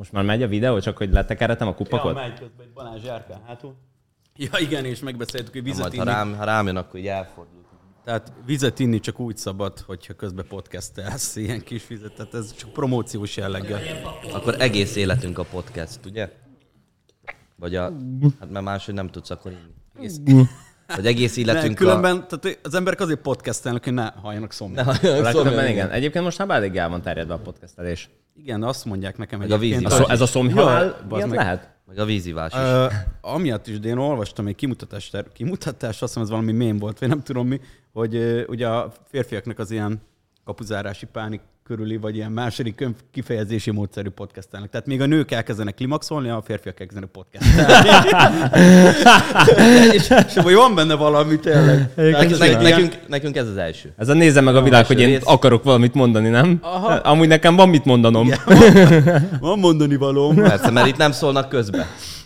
Most már megy a videó, csak hogy letekeretem a kupakot? Ja, megy közben egy Balázs járkál hátul. Ja, igen, és megbeszéltük, hogy vizet inni. Ha rám jön, akkor így elfordul. Tehát vizet inni csak úgy szabad, hogyha közben podcastelsz, ilyen kis vizet, tehát ez csak promóciós jelleggel. Akkor egész életünk a podcast, ugye? Vagy hát mert máshogy nem tudsz akkor inni. Vagy egész életünk különben, tehát az emberek azért podcastelnek, hogy ne halljanak szomjan. Legtöbben igen. Egyébként most már elég el van terjedve a podcastelés. Igen, azt mondják nekem egyébként. Ez a szomjhalál, ilyet lehet? Meg a vízivás is. Amiatt is, de én olvastam egy kimutatás, azt hiszem ez valami mém volt, vagy nem tudom mi, hogy ugye a férfiaknak az ilyen kapuzárási pánik körüli, vagy ilyen második kifejezési módszerű podcastelnek. Tehát még a nők elkezdenek klimaxolni, a férfiak elkezdenek podcastelni. és hogy van benne valami tényleg. Nekünk ez az első. Ez a nézze meg a világ, hogy én akarok valamit mondani, nem? Aha. Amúgy nekem van mit mondanom. Igen, van mondani valóm. Persze, mert itt nem szólnak közbe.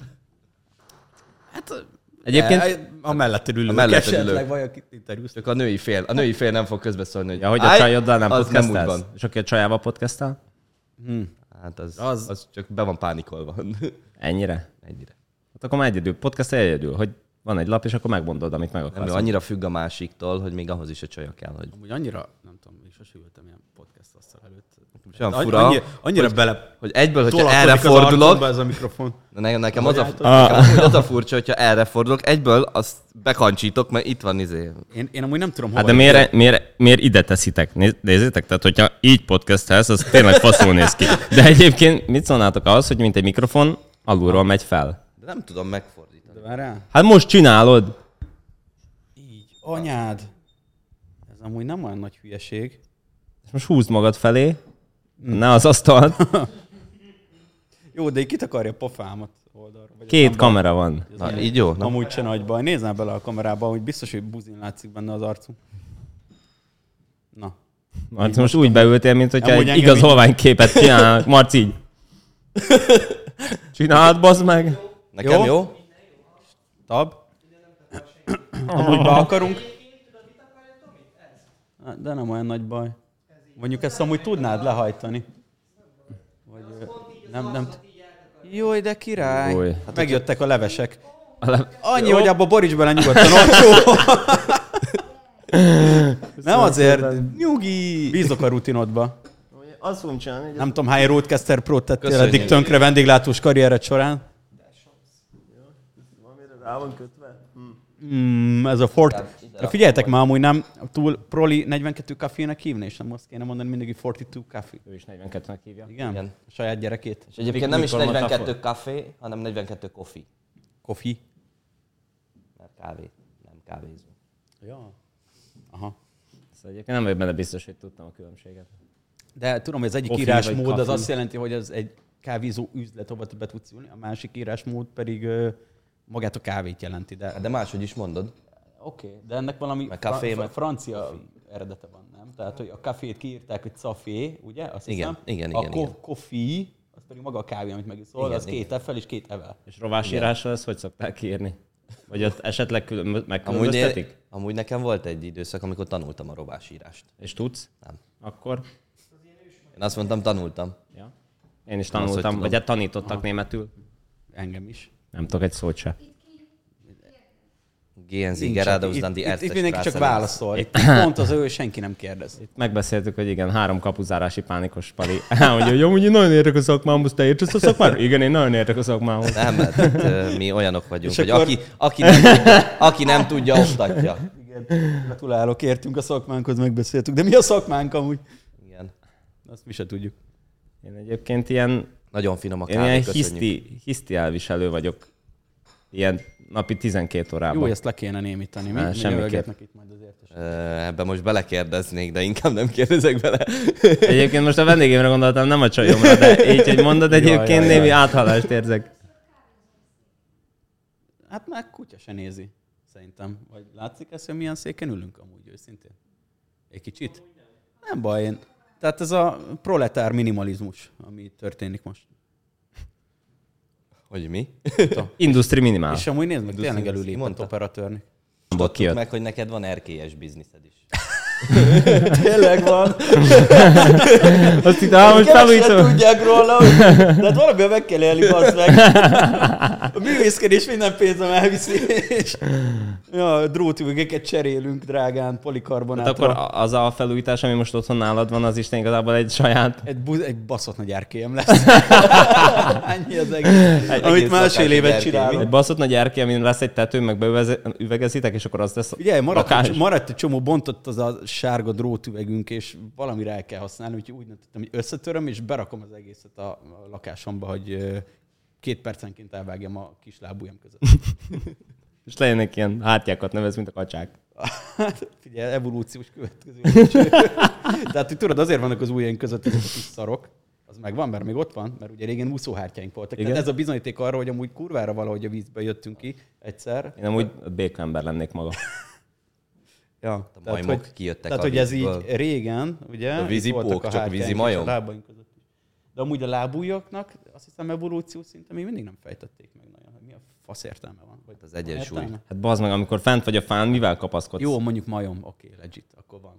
Hát egyébként a melletted ülők esetleg vagy akit interjúztak. Csak a női fél nem fog közbeszólni, hogy hogy a csajoddal nem podcastelsz? Nem és aki a csajával podcastel? Hát az csak be van pánikolva. Ennyire? Hát akkor már egyedül, podcastel egyedül, hogy van egy lap, és akkor megmondod, amit meg akarsz. Nem, annyira függ a másiktól, hogy még ahhoz is a csaja kell, hogy... Amúgy annyira, nem tudom, én sosem ültem ilyen podcast asztal előtt. Olyan fura, annyira bele... Hogy egyből, hogyha erre fordulok... Ez a mikrofon. Nekem az a furcsa, hogyha erre fordulok, egyből azt bekancsítok, mert itt van izé. Én amúgy nem tudom, hova... Hát de miért ide teszitek? Nézzétek, tehát hogyha így podcastelsz, az tényleg faszul néz ki. De egyébként mit szólnátok ahhoz, hogy mint egy mikrofon alulról megy fel? De nem tudom megfordítani. De várjál. Hát most csinálod. Így, anyád. Ez amúgy nem olyan nagy hülyeség. Most húzd magad felé. Ne az asztalt. Jó, de így kitakarja a pofámat oldalra. Két kamera van. Na, így jó? Amúgy se nagy baj. Nézz bele a kamerába, hogy biztos, hogy buzin látszik benne az arcunk. Na. Marci, most úgy beültél, mint hogyha egy igazolványképet csinálnak. Marci, így. Csináld, bazd meg. Nekem jó? Tab. Amúgy be akarunk. De nem olyan nagy baj. Mondjuk ezt amúgy tudnád lehajtani. Vagy nem. Jaj, de király. Hát megjöttek a levesek. Annyi, hogy abba boríts bele nyugodtan, olcsó. Nem azért. Nyugi. Bízok a rutinodba. Azt fogom csinálni. Nem tudom, hány Roadcaster Pro-t tettél eddig tönkre vendéglátós karriered során. Rá van kötve. Ez a Fort. Figyeljetek már, amúgy nem túl Proli 42 Café-nek hívni, és nem azt kéne mondani mindig, hogy 42 Café. Ő is 42-nek hívja. Igen? A saját gyerekét. És egyébként nem is 42 café, hanem 42 coffee. Coffee? Mert kávé, nem kávézó. Ja. Aha. Szóval egyébként nem vagyok benne biztos, hogy tudtam a különbséget. De tudom, hogy az egyik Coffee írásmód az azt jelenti, hogy az egy kávézó üzlet, ahol be tudsz ülni, a másik írásmód pedig magát a kávét jelenti. De máshogy is mondod. Oké, de ennek valami francia eredete van, nem? Tehát, hogy a kafét kiírták, hogy café, ugye? Azt igen. A coffee, az pedig maga a kávé, amit megiszol, az igen. 2 F-fel és 2 E-vel. És rovásírásra ezt hogy szokták kiírni? Vagy ott esetleg megkülönböztetik? Amúgy nekem volt egy időszak, amikor tanultam a rovásírást. És tudsz? Nem. Akkor? Én azt mondtam, tanultam. Ja. Én is tanultam, vagy hát tanítottak németül. Engem is. Nem tudok egy szót se. GNZ geradeaus dann die erste Itt mindenki csak Straße. válaszol. Itt pont az ő, senki nem kérdez. Itt megbeszéltük, hogy igen, 3 kapuzárási pánikos pali. Hogy jó, úgy nagyon értek a szakmámhoz, te értesz a szakmára? Igen, én nagyon értek a szakmához. Nem, mert mi olyanok vagyunk, és hogy akkor... aki nem tudja, oktatja. Igen, gratulálok, értünk a szakmánkhoz, megbeszéltük. De mi a szakmánk amúgy? Igen. Azt mi se tudjuk. Én egyébként ilyen... Nagyon finom a kávé, kávé, ilyen hiszti elviselő vagyok. Ilyen napi 12 órában. Jó, ezt le kéne némítani. Mi semmiképp. Itt majd azért ebben most belekérdeznék, de inkább nem kérdezek bele. Egyébként most a vendégemre gondoltam, nem a csajomra, de így, hogy mondod, egyébként némi áthalást érzek. Hát már kutya se nézi, szerintem. Vagy látszik ezt, hogy milyen széken ülünk amúgy őszintén? Egy kicsit? Nem baj, én... Tehát ez a proletár minimalizmus, ami történik most. Hogy mi? Industry minimál. És amúgy nézd meg, tényleg előlépett operatőrnek. Tudtuk meg, hogy neked van erkélyes bizniszed is. Tényleg van. Azt itt most Keveset tudják róla, de hát valamivel meg kell élni, bazd meg. A művészkedés minden pénzem elviszi, és drótüvegeket cserélünk drágán, polikarbonátra. Hát akkor az a felújítás, ami most otthon nálad van, az Isten igazából egy saját... Egy baszott nagy erkélyem lesz. Ennyi az egész. Amit másfél évet csinálunk. Egy baszott nagy erkély, amin lesz egy tető, meg beüvegezitek, és akkor az lesz ugye, maradt egy csomó, bontott az a sárga drótüvegünk, és valamire el kell használni, úgyhogy úgy döntöttem, hogy összetöröm, és berakom az egészet a lakásomba, hogy 2 percenként elvágjam a kis lábujjam között. És legyenek ilyen hátjákat nevez, mint a kacsák. Hát figyelj, evolúciós következő. Tehát, hogy tudod, azért vannak az ujjaink között ezek a kis szarok. Az megvan, mert még ott van, mert ugye régen úszóhártyáink voltak. Tehát ez a bizonyíték arra, hogy amúgy kurvára valahogy a vízbe jöttünk ki egyszer. Én amúgy békaember lennék maga. Ja, a majmok kijöttek tehát, hogy ez így régen, ugye? A vízipók, csak vízi majom. De amúgy a lábujjaknak azt hiszem evolúció szinte még mindig nem fejtették meg nagyon, hogy mi a fasz értelme van. Vagy az egyensúly. Értelme? Hát bazd meg, amikor fent vagy a fán, mivel kapaszkodsz? Jó, mondjuk majom, oké, legit, akkor van.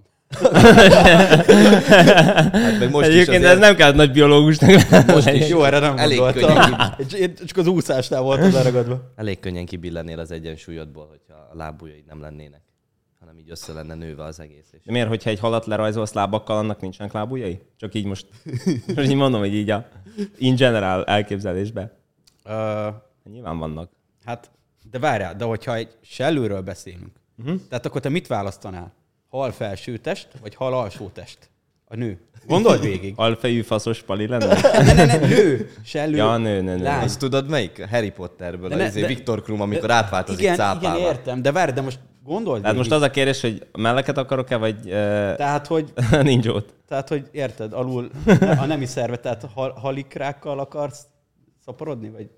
Hát meg most egyébként ez nem kell nagy biológusnak. Most is. Jó, erre nem gondoltam. Csak az úszásnál volt az elragadva. Elég könnyen kibillennél az egyensúlyodból, hogyha a lábujjaid nem lennének, hanem így össze lenne nőve az egész. De miért, hogyha egy halat lerajzolsz lábakkal, annak nincsenek lábujjai? Csak így most így mondom, hogy így a in general elképzelésben. Nyilván vannak. Hát, de várjál, de hogyha egy sellőről beszélünk, tehát akkor te mit választanál? Hal felső test, vagy hal alsó test? A nő. Gondold végig. Alfejű faszos pali lenne? Ne, nő. Sellő. Ja, nő. Azt tudod melyik? Harry Potterből, Viktor Krum, amikor átváltozik cápával. Igen, értem, de várj, de most gondold tehát végig. Most az a kérdés, hogy melleket akarok-e, vagy tehát, hogy nincs ott. Tehát, hogy érted, alul a nemi szerve, tehát halikrákkal akarsz szaporodni, vagy?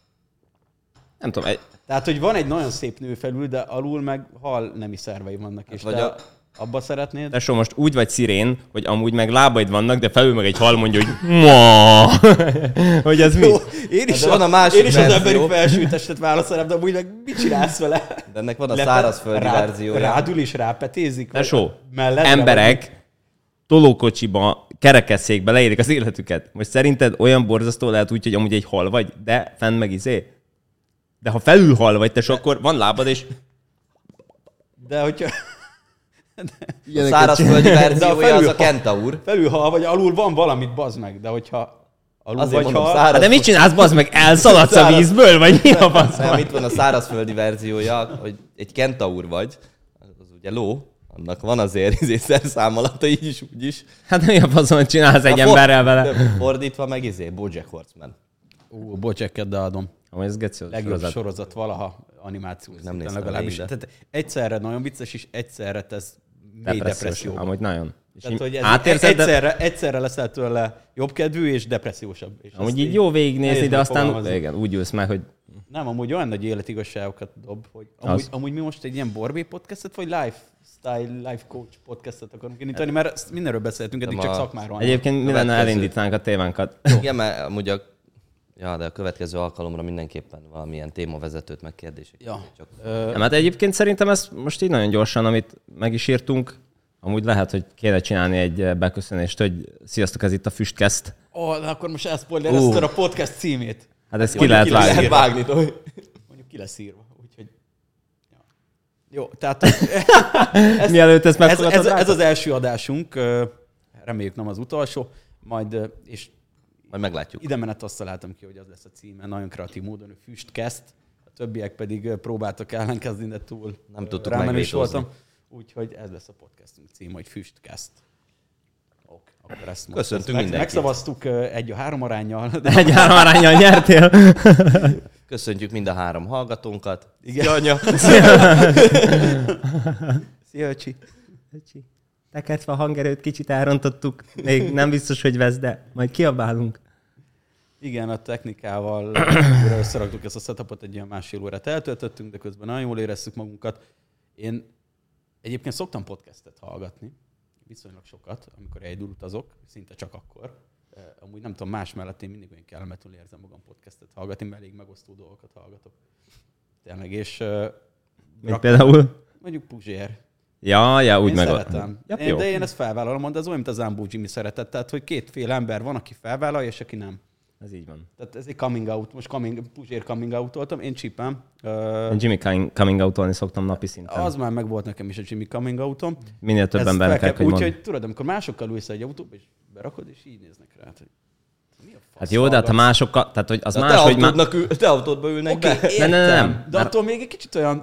Nem tudom. Tehát, hogy van egy nagyon szép nő felül, de alul meg hal nemi szervei vannak, és vagy te abba szeretnéd? Tesó, most úgy vagy szirén, hogy amúgy meg lábaid vannak, de felül meg egy hal mondja, hogy ma. Hogy ez mi? Jó, én is az emberi felsőtestet válaszolom, de amúgy meg mit csinálsz vele? De ennek van a szárazföldi verziója. Rádül is rápetézik? Tesó, emberek tolókocsiba, kerekesszékbe leérik az életüket. Most szerinted olyan borzasztó lehet úgy, hogy amúgy egy hal vagy, de fenn meg izé? De ha felül hal vagy, tesó, akkor van lábad, és... De hogyha... A szárazföldi verziója az a kentaur. Felül hal vagy, alul van valamit, bazd meg, de hogyha alul azért vagy mondom, hal... De mit csinálsz, bazd meg? Elszaladsz a vízből, vagy mi a fasz? Nem, itt van a szárazföldi verziója, hogy egy kentaur vagy, az ugye ló, annak van azért szerszámolata, így is, úgy is. Hát mi a faszon csinálsz egy emberrel vele? Fordítva meg Bojack Horseman. Bojacket, de adom. Ez legjobb sorozat valaha animációs szinten legalábbis. Tehát egyszerre nagyon vicces, és egyszerre ez mély depresszió. Amúgy nagyon. Tehát, hogy egyszerre leszel tőle jobbkedvű és depressziósabb. És amúgy így jó végignézni, de aztán igen, úgy ülsz meg, hogy... Nem, amúgy olyan nagy életigazságokat dob, hogy amúgy mi most egy ilyen Borbé podcastet, vagy life coach podcastet akarunk indítani, mert mindenről beszéltünk, eddig csak szakmáról. Egyébként mi lenne elindítanánk a témánkat? Igen, mert amúgy de a következő alkalomra mindenképpen valamilyen témavezetőt meg kérdéseket. Ja. Hát egyébként szerintem ez most így nagyon gyorsan, amit meg is írtunk, amúgy lehet, hogy kéne csinálni egy beköszönést, hogy sziasztok, ez itt a Füstkeszt. Akkor most elszpoilerezted a podcast címét. Hát ezt ki lehet vágni. Mondjuk ki lesz írva. Úgyhogy... Ja. Jó, tehát... Mielőtt ezt ez az első adásunk, reméljük nem az utolsó, majd meglátjuk. Ide menet azt találtam ki, hogy az lesz a címe, nagyon kreatív módon, hogy Füstkeszt. A többiek pedig próbáltak ellenkezni, de túl nem tudtuk megvétózni. Úgyhogy ez lesz a podcastunk címe, hogy Füstkeszt. Akkor ezt köszöntünk mindenkit. Megszavaztuk 1-3 aránnyal. 1-3 aránnyal nyertél. Köszöntjük mind a 3 hallgatónkat. Igen. Szia, anya! Szia, öcsi! Teketve a hangerőt kicsit elrontottuk. Még nem biztos, hogy vesz, de majd kiabálunk. Igen, a technikával újra összeraktuk ezt a setupot, egy ilyen másfél órát eltöltöttünk, de közben nagyon jól éreztük magunkat. Én egyébként szoktam podcastet hallgatni, viszonylag sokat, amikor egyedül utazok, szinte csak akkor. Amúgy nem tudom, más mellett én mindig olyan kellemetlenül érzem magam podcastet hallgatni, mert elég megosztó dolgokat hallgatok. Tényleg, és... Például? Mondjuk Puzsér. Ja, úgy Én meg... szeretem. Ja, jó. De én ezt felvállalom, de az olyan, mint az Zambó Jimmy szeretett. Tehát, hogy kétféle ember van, aki felvállalja, és aki nem. Ez így van. Tehát ez egy coming out. Most Puzsér coming out-oltam. Én csípem. Én Jimmy coming out-olni szoktam napi szinten. Az már megvolt nekem is a Jimmy coming out-om. Minél több embernek kell, hogy mond. Úgyhogy tudod, amikor másokkal ülsz egy autóba, és berakod, és így néznek rá, hogy mi a fasz Hát jó, de hát ha másokkal... Tehát, hogy az De más, hogy... te autódba ülnek Oké, be. Nem. De attól még egy kicsit olyan...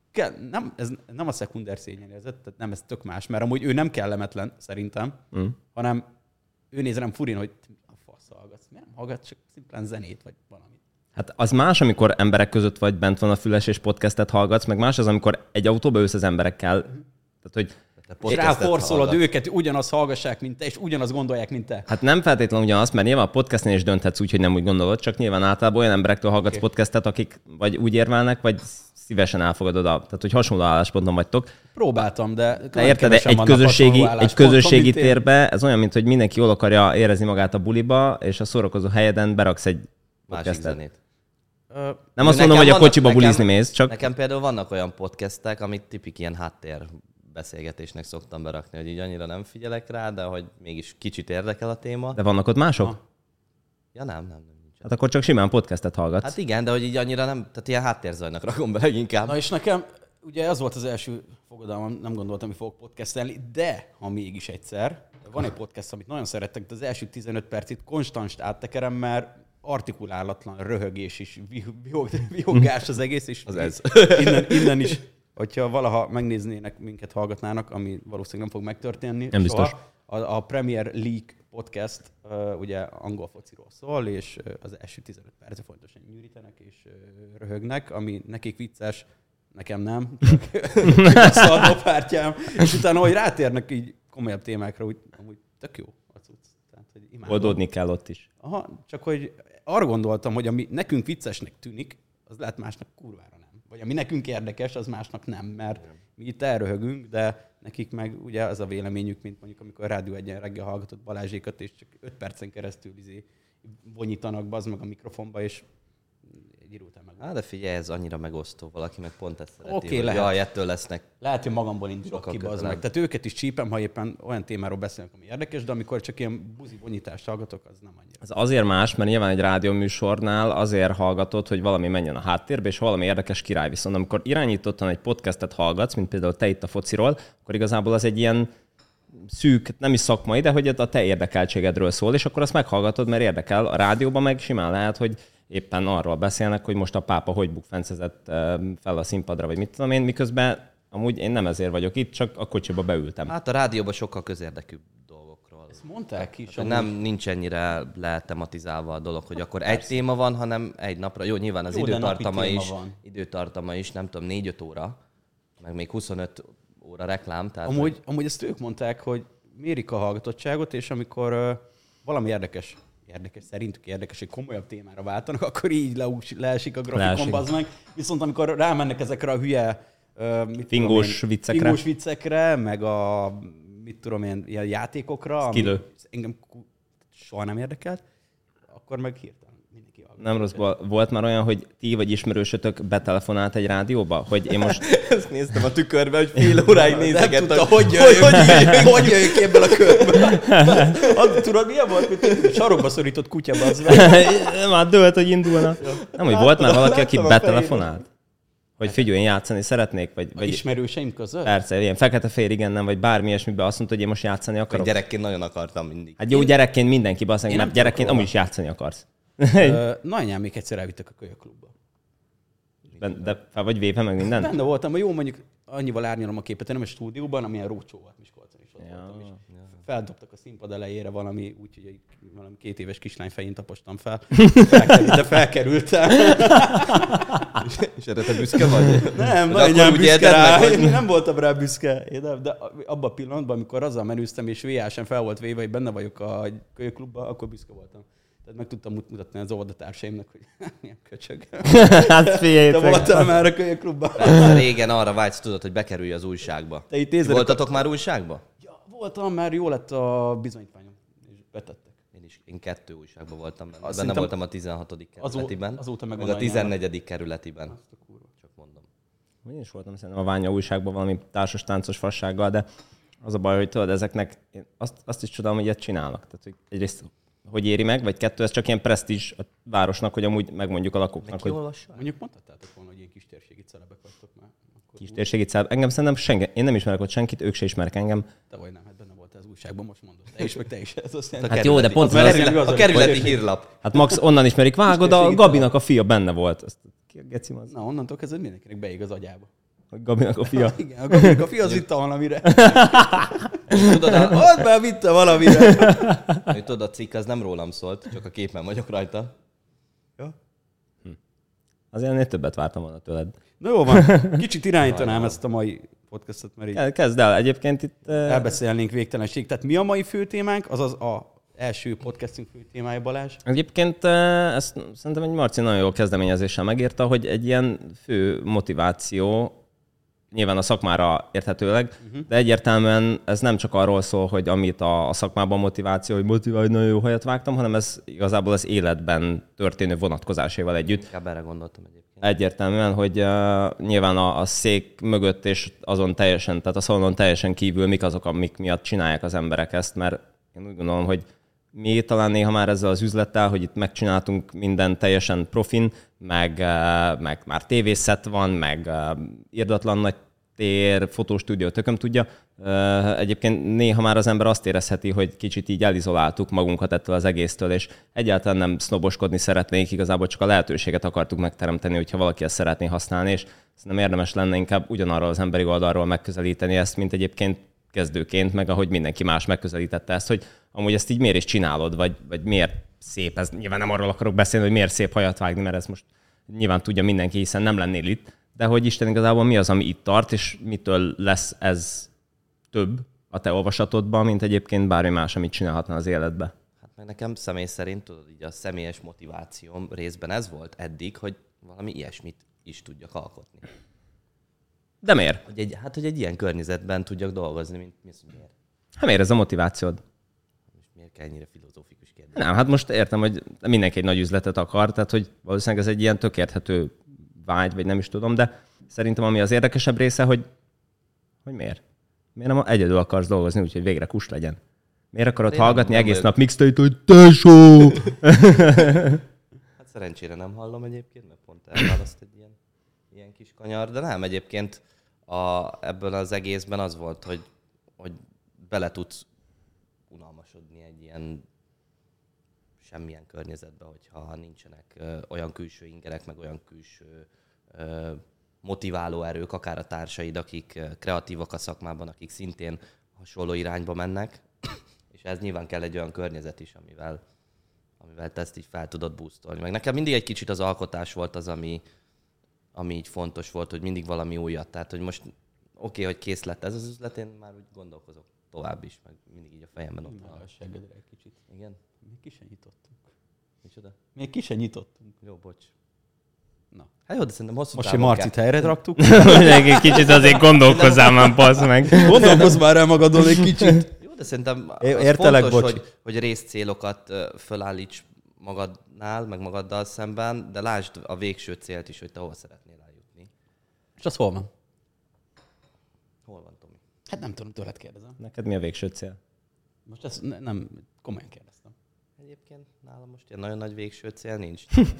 Ez nem a szekunder szégyenérzet, tehát nem, ez tök más, mert amúgy ő nem kellemetlen, szerintem, hanem ő néz rám furin, hogy a fasz hallgatsz. Miért nem hallgatsz, csak szimplán zenét, vagy valamit. Hát az más, amikor emberek között vagy, bent van a füles és podcastet hallgatsz, meg más az, amikor egy autóba ülsz az emberekkel. Tehát, hogy És ráforszolod őket, ugyanazt hallgassák, mint te, és ugyanazt gondolják, mint te. hát nem feltétlenül ugyanaz, mert nyilván a podcastnél is dönthetsz úgy, hogy nem úgy gondolod, csak nyilván általában olyan emberektől hallgatsz podcastet, akik vagy úgy érvelnek, vagy szívesen elfogadod. Tehát, hogy hasonló állásponton vagytok. Próbáltam, de érted, egy közösségi térbe ez olyan, mint hogy mindenki jól akarja érezni magát a buliba, és a szórakozó helyeden beraksz egy Másik podcastet. zenét. Nem azt mondom, hogy a kocsiba bulizni mész, csak... Nekem például vannak olyan podcastek, amit tipik ilyen háttér beszélgetésnek szoktam berakni, hogy így annyira nem figyelek rá, de hogy mégis kicsit érdekel a téma. De vannak ott mások? Ja nem nincs. Hát akkor csak simán podcastet hallgatsz. Hát igen, de hogy így annyira nem, tehát ilyen háttérzajnak rakom be leginkább. Na és nekem, ugye az volt az első fogadalmam, nem gondoltam, hogy fogok podcastelni, de ha mégis egyszer, van egy podcast, amit nagyon szerettek, de az első 15 percit konstans áttekerem, mert artikulálatlan röhögés és vihogás az egész, és Az ez. Innen is, hogyha valaha megnéznének, minket hallgatnának, ami valószínűleg nem fog megtörténni. Nem biztos. Soha. A Premier League podcast ugye angol fociról szól, és az első 15 perce fontosan nyűrítenek és röhögnek, ami nekik vicces, nekem nem, csak a szarnopártyám. És utána, hogy rátérnek így komolyabb témákra, úgy amúgy tök jó a cucc. Tehát, hogy imádom. Oldódni kell ott is. Aha, csak hogy arra gondoltam, hogy ami nekünk viccesnek tűnik, az lehet másnak kurvára nem. Vagy ami nekünk érdekes, az másnak nem, mert mi itt elröhögünk, de nekik meg ugye az a véleményük, mint mondjuk amikor a Rádió Egyen reggel hallgatott Balázsékat, és csak 5 percen keresztül vonyítanak bazd meg a mikrofonba, és egy idő után meg. De figyelj, ez annyira megosztó, valaki meg pont ezt szereti, Oké, hogy lehet. jaj, ettől lesznek. Lehet, hogy magamból indulok Sokkal ki, bazd közelebb. meg. Tehát őket is csípem, ha éppen olyan témáról beszélnek, ami érdekes, de amikor csak ilyen buzi vonyítást hallgatok, az nem annyira. Ez azért más, mert nyilván egy rádióműsornál azért hallgatod, hogy valami menjen a háttérbe, és valami érdekes király. Viszont amikor irányítottan egy podcastet hallgatsz, mint például te itt a fociról, akkor igazából az egy ilyen szűk, nem is szakmai, de hogy a te érdekeltségedről szól, és akkor azt meghallgatod, mert érdekel. A rádióban meg simán lehet, hogy éppen arról beszélnek, hogy most a pápa hogy bukfencezett fel a színpadra, vagy mit tudom én, miközben amúgy én nem ezért vagyok itt, csak a kocsiba beültem. Hát a rádióban sokkal közérdekűbb dolgokról. Ezt mondták is. Hát nem, nincs ennyire letematizálva a dolog, hogy akkor egy téma van, hanem egy napra. Jó, nyilván az Jó, de napi téma időtartama is, nem tudom, 4-5 óra, meg még 25 óra reklám. Tehát Amúgy ezt ők mondták, hogy mérik a hallgatottságot, és amikor valami érdekes, szerintük érdekes, hogy komolyabb témára váltanak, akkor így leesik a grafikon, bazd meg. Viszont amikor rámennek ezekre a hülye Fingós viccekre, meg a mit tudom én, ilyen játékokra, ami engem soha nem érdekelt, akkor meg hirtelen mindenki hallgat. Nem rossz, volt már olyan, hogy ti vagy ismerősötök betelefonált egy rádióba? Hogy én most... Ezt néztem a tükörbe, hogy fél óráig nézegettem. Nem tudta, hogy jöjjön ki ebből a körből. Tudod, milyen volt? Mint sarokba szorított kutya, bazd. Már dőlt, hogy indulna. Nem, hogy volt már valaki, aki betelefonált? Hogy figyelj, én játszani szeretnék? Vagy ismerőseim között? Persze, ilyen fekete-fehér igen, nem, vagy bármi ilyesmiben azt mondta, hogy én most játszani akarok. Gyerekként nagyon akartam mindig. Hát jó, gyerekként mindenki basz, mert gyerekként amúgy is játszani akarsz. Nagyanyám még egyszer elvittek a kölyökklubba. De fel vagy véve meg minden? Benne voltam, jó, mondjuk annyival árnyalom a képet, én nem a stúdióban, amilyen rócsó volt Miskolcon is ott voltam is. Feldobtak a színpad elejére valami, úgyhogy valami 2 éves kislány fején tapostam fel. De felkerültem. És erre te büszke vagy? Nem, nagyanyám büszke rá. Én nem voltam rá büszke. De abban a pillanatban, amikor azzal menőztem, és VHS-en fel volt véve, hogy benne vagyok a kölyökklubban, akkor büszke voltam. Tehát meg tudtam mutatni az óvodatársaimnak, hogy milyen köcsög. Hát de voltam már a kölyökklubban. Régen arra vágysz, tudod, hogy bekerülj az újságba. Voltatok már újságba? Ja, voltam, mert jó lett a bizonyítványom, és betettek. Én 2 újságban voltam benne. Benne voltam a 16. kerületiben. Azóta meg a 14. kerületiben. Csak mondom. én is voltam szerintem a Ványa újságban valami társas táncos fassággal, de az a baj, hogy tudod, ezeknek én azt is csodálom, hogy ilyet csinálnak. Tehát, hogy egyrészt hogy éri meg, vagy kettő, ez csak ilyen presztízs a városnak, hogy amúgy megmondjuk a lakóknak, hogy Mondjuk mondhattátok volna, hogy ilyen kistérségi celebek vagytok már. kistérségi celeb. Engem szerintem senki, én nem ismerek ott senkit, ők se ismerek engem. Te vagy nem, hát benne volt az újságban, most mondod. Te is, meg te is. Ez azt Hát jó, de pont a kerületi hírlap. Hát max onnan ismerik, vágod, a Gabinak a fia benne volt. Ezt ki a gecim az? Na, onnantól kezdve mindenkinek beég az agyába. Hogy Gabinak a fia. Igen, a Gabinak a fia az vitte valamire. Tudod, ott már vitte valamire. Tudod, a cikk az nem rólam szólt, csak a képen vagyok rajta. Ja. Azért ennél többet vártam volna tőled. Na jó van, kicsit irányítanám ezt a mai podcastot, mert így Kezd el, egyébként itt... elbeszélnénk végtelenség. Tehát mi a mai fő témánk? Azaz a első podcastünk fő témája, Balázs. Egyébként ezt szerintem egy Marci nagyon jó kezdeményezéssel megírta, hogy egy ilyen fő motiváció, nyilván a szakmára érthetőleg, de egyértelműen ez nem csak arról szól, hogy amit a szakmában motiváció, hogy motiválj, nagyon jó hajat vágtam, hanem ez igazából az életben történő vonatkozásaival együtt. Inkább erre gondoltam egyébként. Egyértelműen, hogy nyilván a szék mögött és azon teljesen, tehát a szalonon teljesen kívül mik azok, amik miatt csinálják az emberek ezt, mert én úgy gondolom, hogy mi talán néha már ezzel az üzlettel, hogy itt megcsináltunk minden teljesen profin, meg már tévészet van, meg irdatlan nagy tér, fotostúdió, tököm tudja. Egyébként néha már az ember azt érezheti, hogy kicsit így elizoláltuk magunkat ettől az egésztől, és egyáltalán nem sznoboskodni szeretnénk, igazából csak a lehetőséget akartuk megteremteni, hogyha valaki ezt szeretné használni, és szerintem érdemes lenne inkább ugyanarról az emberi oldalról megközelíteni ezt, mint egyébként kezdőként, meg ahogy mindenki más megközelítette ezt, hogy amúgy ezt így miért is csinálod, vagy miért szép ez. Nyilván nem arról akarok beszélni, hogy miért szép hajat vágni, mert ez most nyilván tudja mindenki, hiszen nem lennél itt, de hogy Isten igazából mi az, ami itt tart, és mitől lesz ez több a te olvasatodban, mint egyébként bármi más, amit csinálhatna az életbe. Hát meg nekem személy szerint, tudod, így a személyes motivációm részben ez volt eddig, hogy valami ilyesmit is tudjak alkotni. De miért? Hogy egy ilyen környezetben tudjak dolgozni, mint miért. Hát miért ez a motivációd? Most miért kell ennyire filozófikus kérdés? Nem, hát most értem, hogy mindenki egy nagy üzletet akar, tehát hogy valószínűleg ez egy ilyen tök érthető vágy, vagy nem is tudom, de szerintem ami az érdekesebb része, hogy miért? Miért nem egyedül akarsz dolgozni, úgyhogy végre kus legyen? Miért akarod hallgatni egész nap mixtape-t, hogy tesó? Hát szerencsére nem hallom egyébként, mert pont elválaszt egy ilyen kis kanyar, de nem, egyébként ebből az egészben az volt, hogy bele tudsz unalmasodni egy ilyen semmilyen környezetbe, hogyha nincsenek olyan külső ingerek, meg olyan külső motiváló erők, akár a társaid, akik kreatívak a szakmában, akik szintén hasonló irányba mennek, és ez nyilván kell egy olyan környezet is, amivel te ezt így fel tudod boostolni. Meg nekem mindig egy kicsit az alkotás volt az, ami így fontos volt, hogy mindig valami újat. Tehát, hogy most oké, hogy kész lett ez az üzlet, én már úgy gondolkozok tovább is, meg mindig így a fejemben ott van. Seggedre egy kicsit. Igen? Még ki sem nyitottunk. Micsoda? Még ki sem nyitottunk. Jó, bocs. Na. Hát jó, de szerintem hosszú Most egy távon Marcit helyre raktuk. Egy kicsit azért gondolkozzál már, passz meg. Gondolkozz már el magadon egy kicsit. Jó, de szerintem az Értelek, fontos, bocs. hogy részcélokat fölállíts magadnál, meg magaddal szemben, de lásd a végső célt is, hogy te hol szeretnél eljutni. És az hol van? Hol van, Tomi? Hát nem tudom, tőled kérdezem. Neked mi a végső cél? Most ezt nem komolyan kérdeztem. Egyébként nálam most ilyen nagyon nagy végső cél nincs.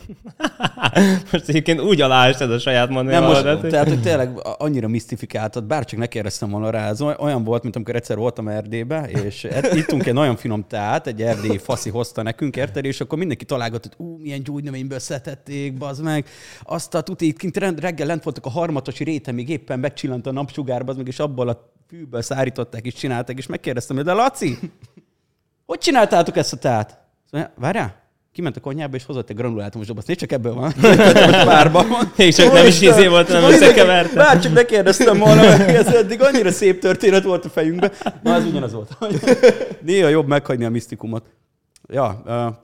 Most egyébként úgy aláástad a saját mondani Nem most, valadat, tehát hogy tényleg annyira misztifikáltad, bárcsak ne kérdeztem volna rá, ez olyan volt, mint amikor egyszer voltam Erdélybe, és ittunk egy nagyon finom teát, egy erdélyi faszi hozta nekünk, érted, és akkor mindenki találgatott, hogy milyen gyógynövényből szedhették, bazd meg. Azt a tuti, itt kint reggel lent voltak a harmatosi réten, még éppen megcsillant a napsugár, bazd meg, és abból a fűből szárították és csinálták, és megkérdeztem, de Laci, hogy csináltátok ezt a teát? Szóval, várjál, kiment a konyhába és hozott egy granulátumos dobozt. Nézd csak ebből van. Párban van. Még csak nem is izé volt, nem összekeverte. Bár csak ne kérdeztem volna, mert ez eddig annyira szép történet volt a fejünkben. Na, ez ugyanaz volt. Néha jobb meghagyni a misztikumot. Ja,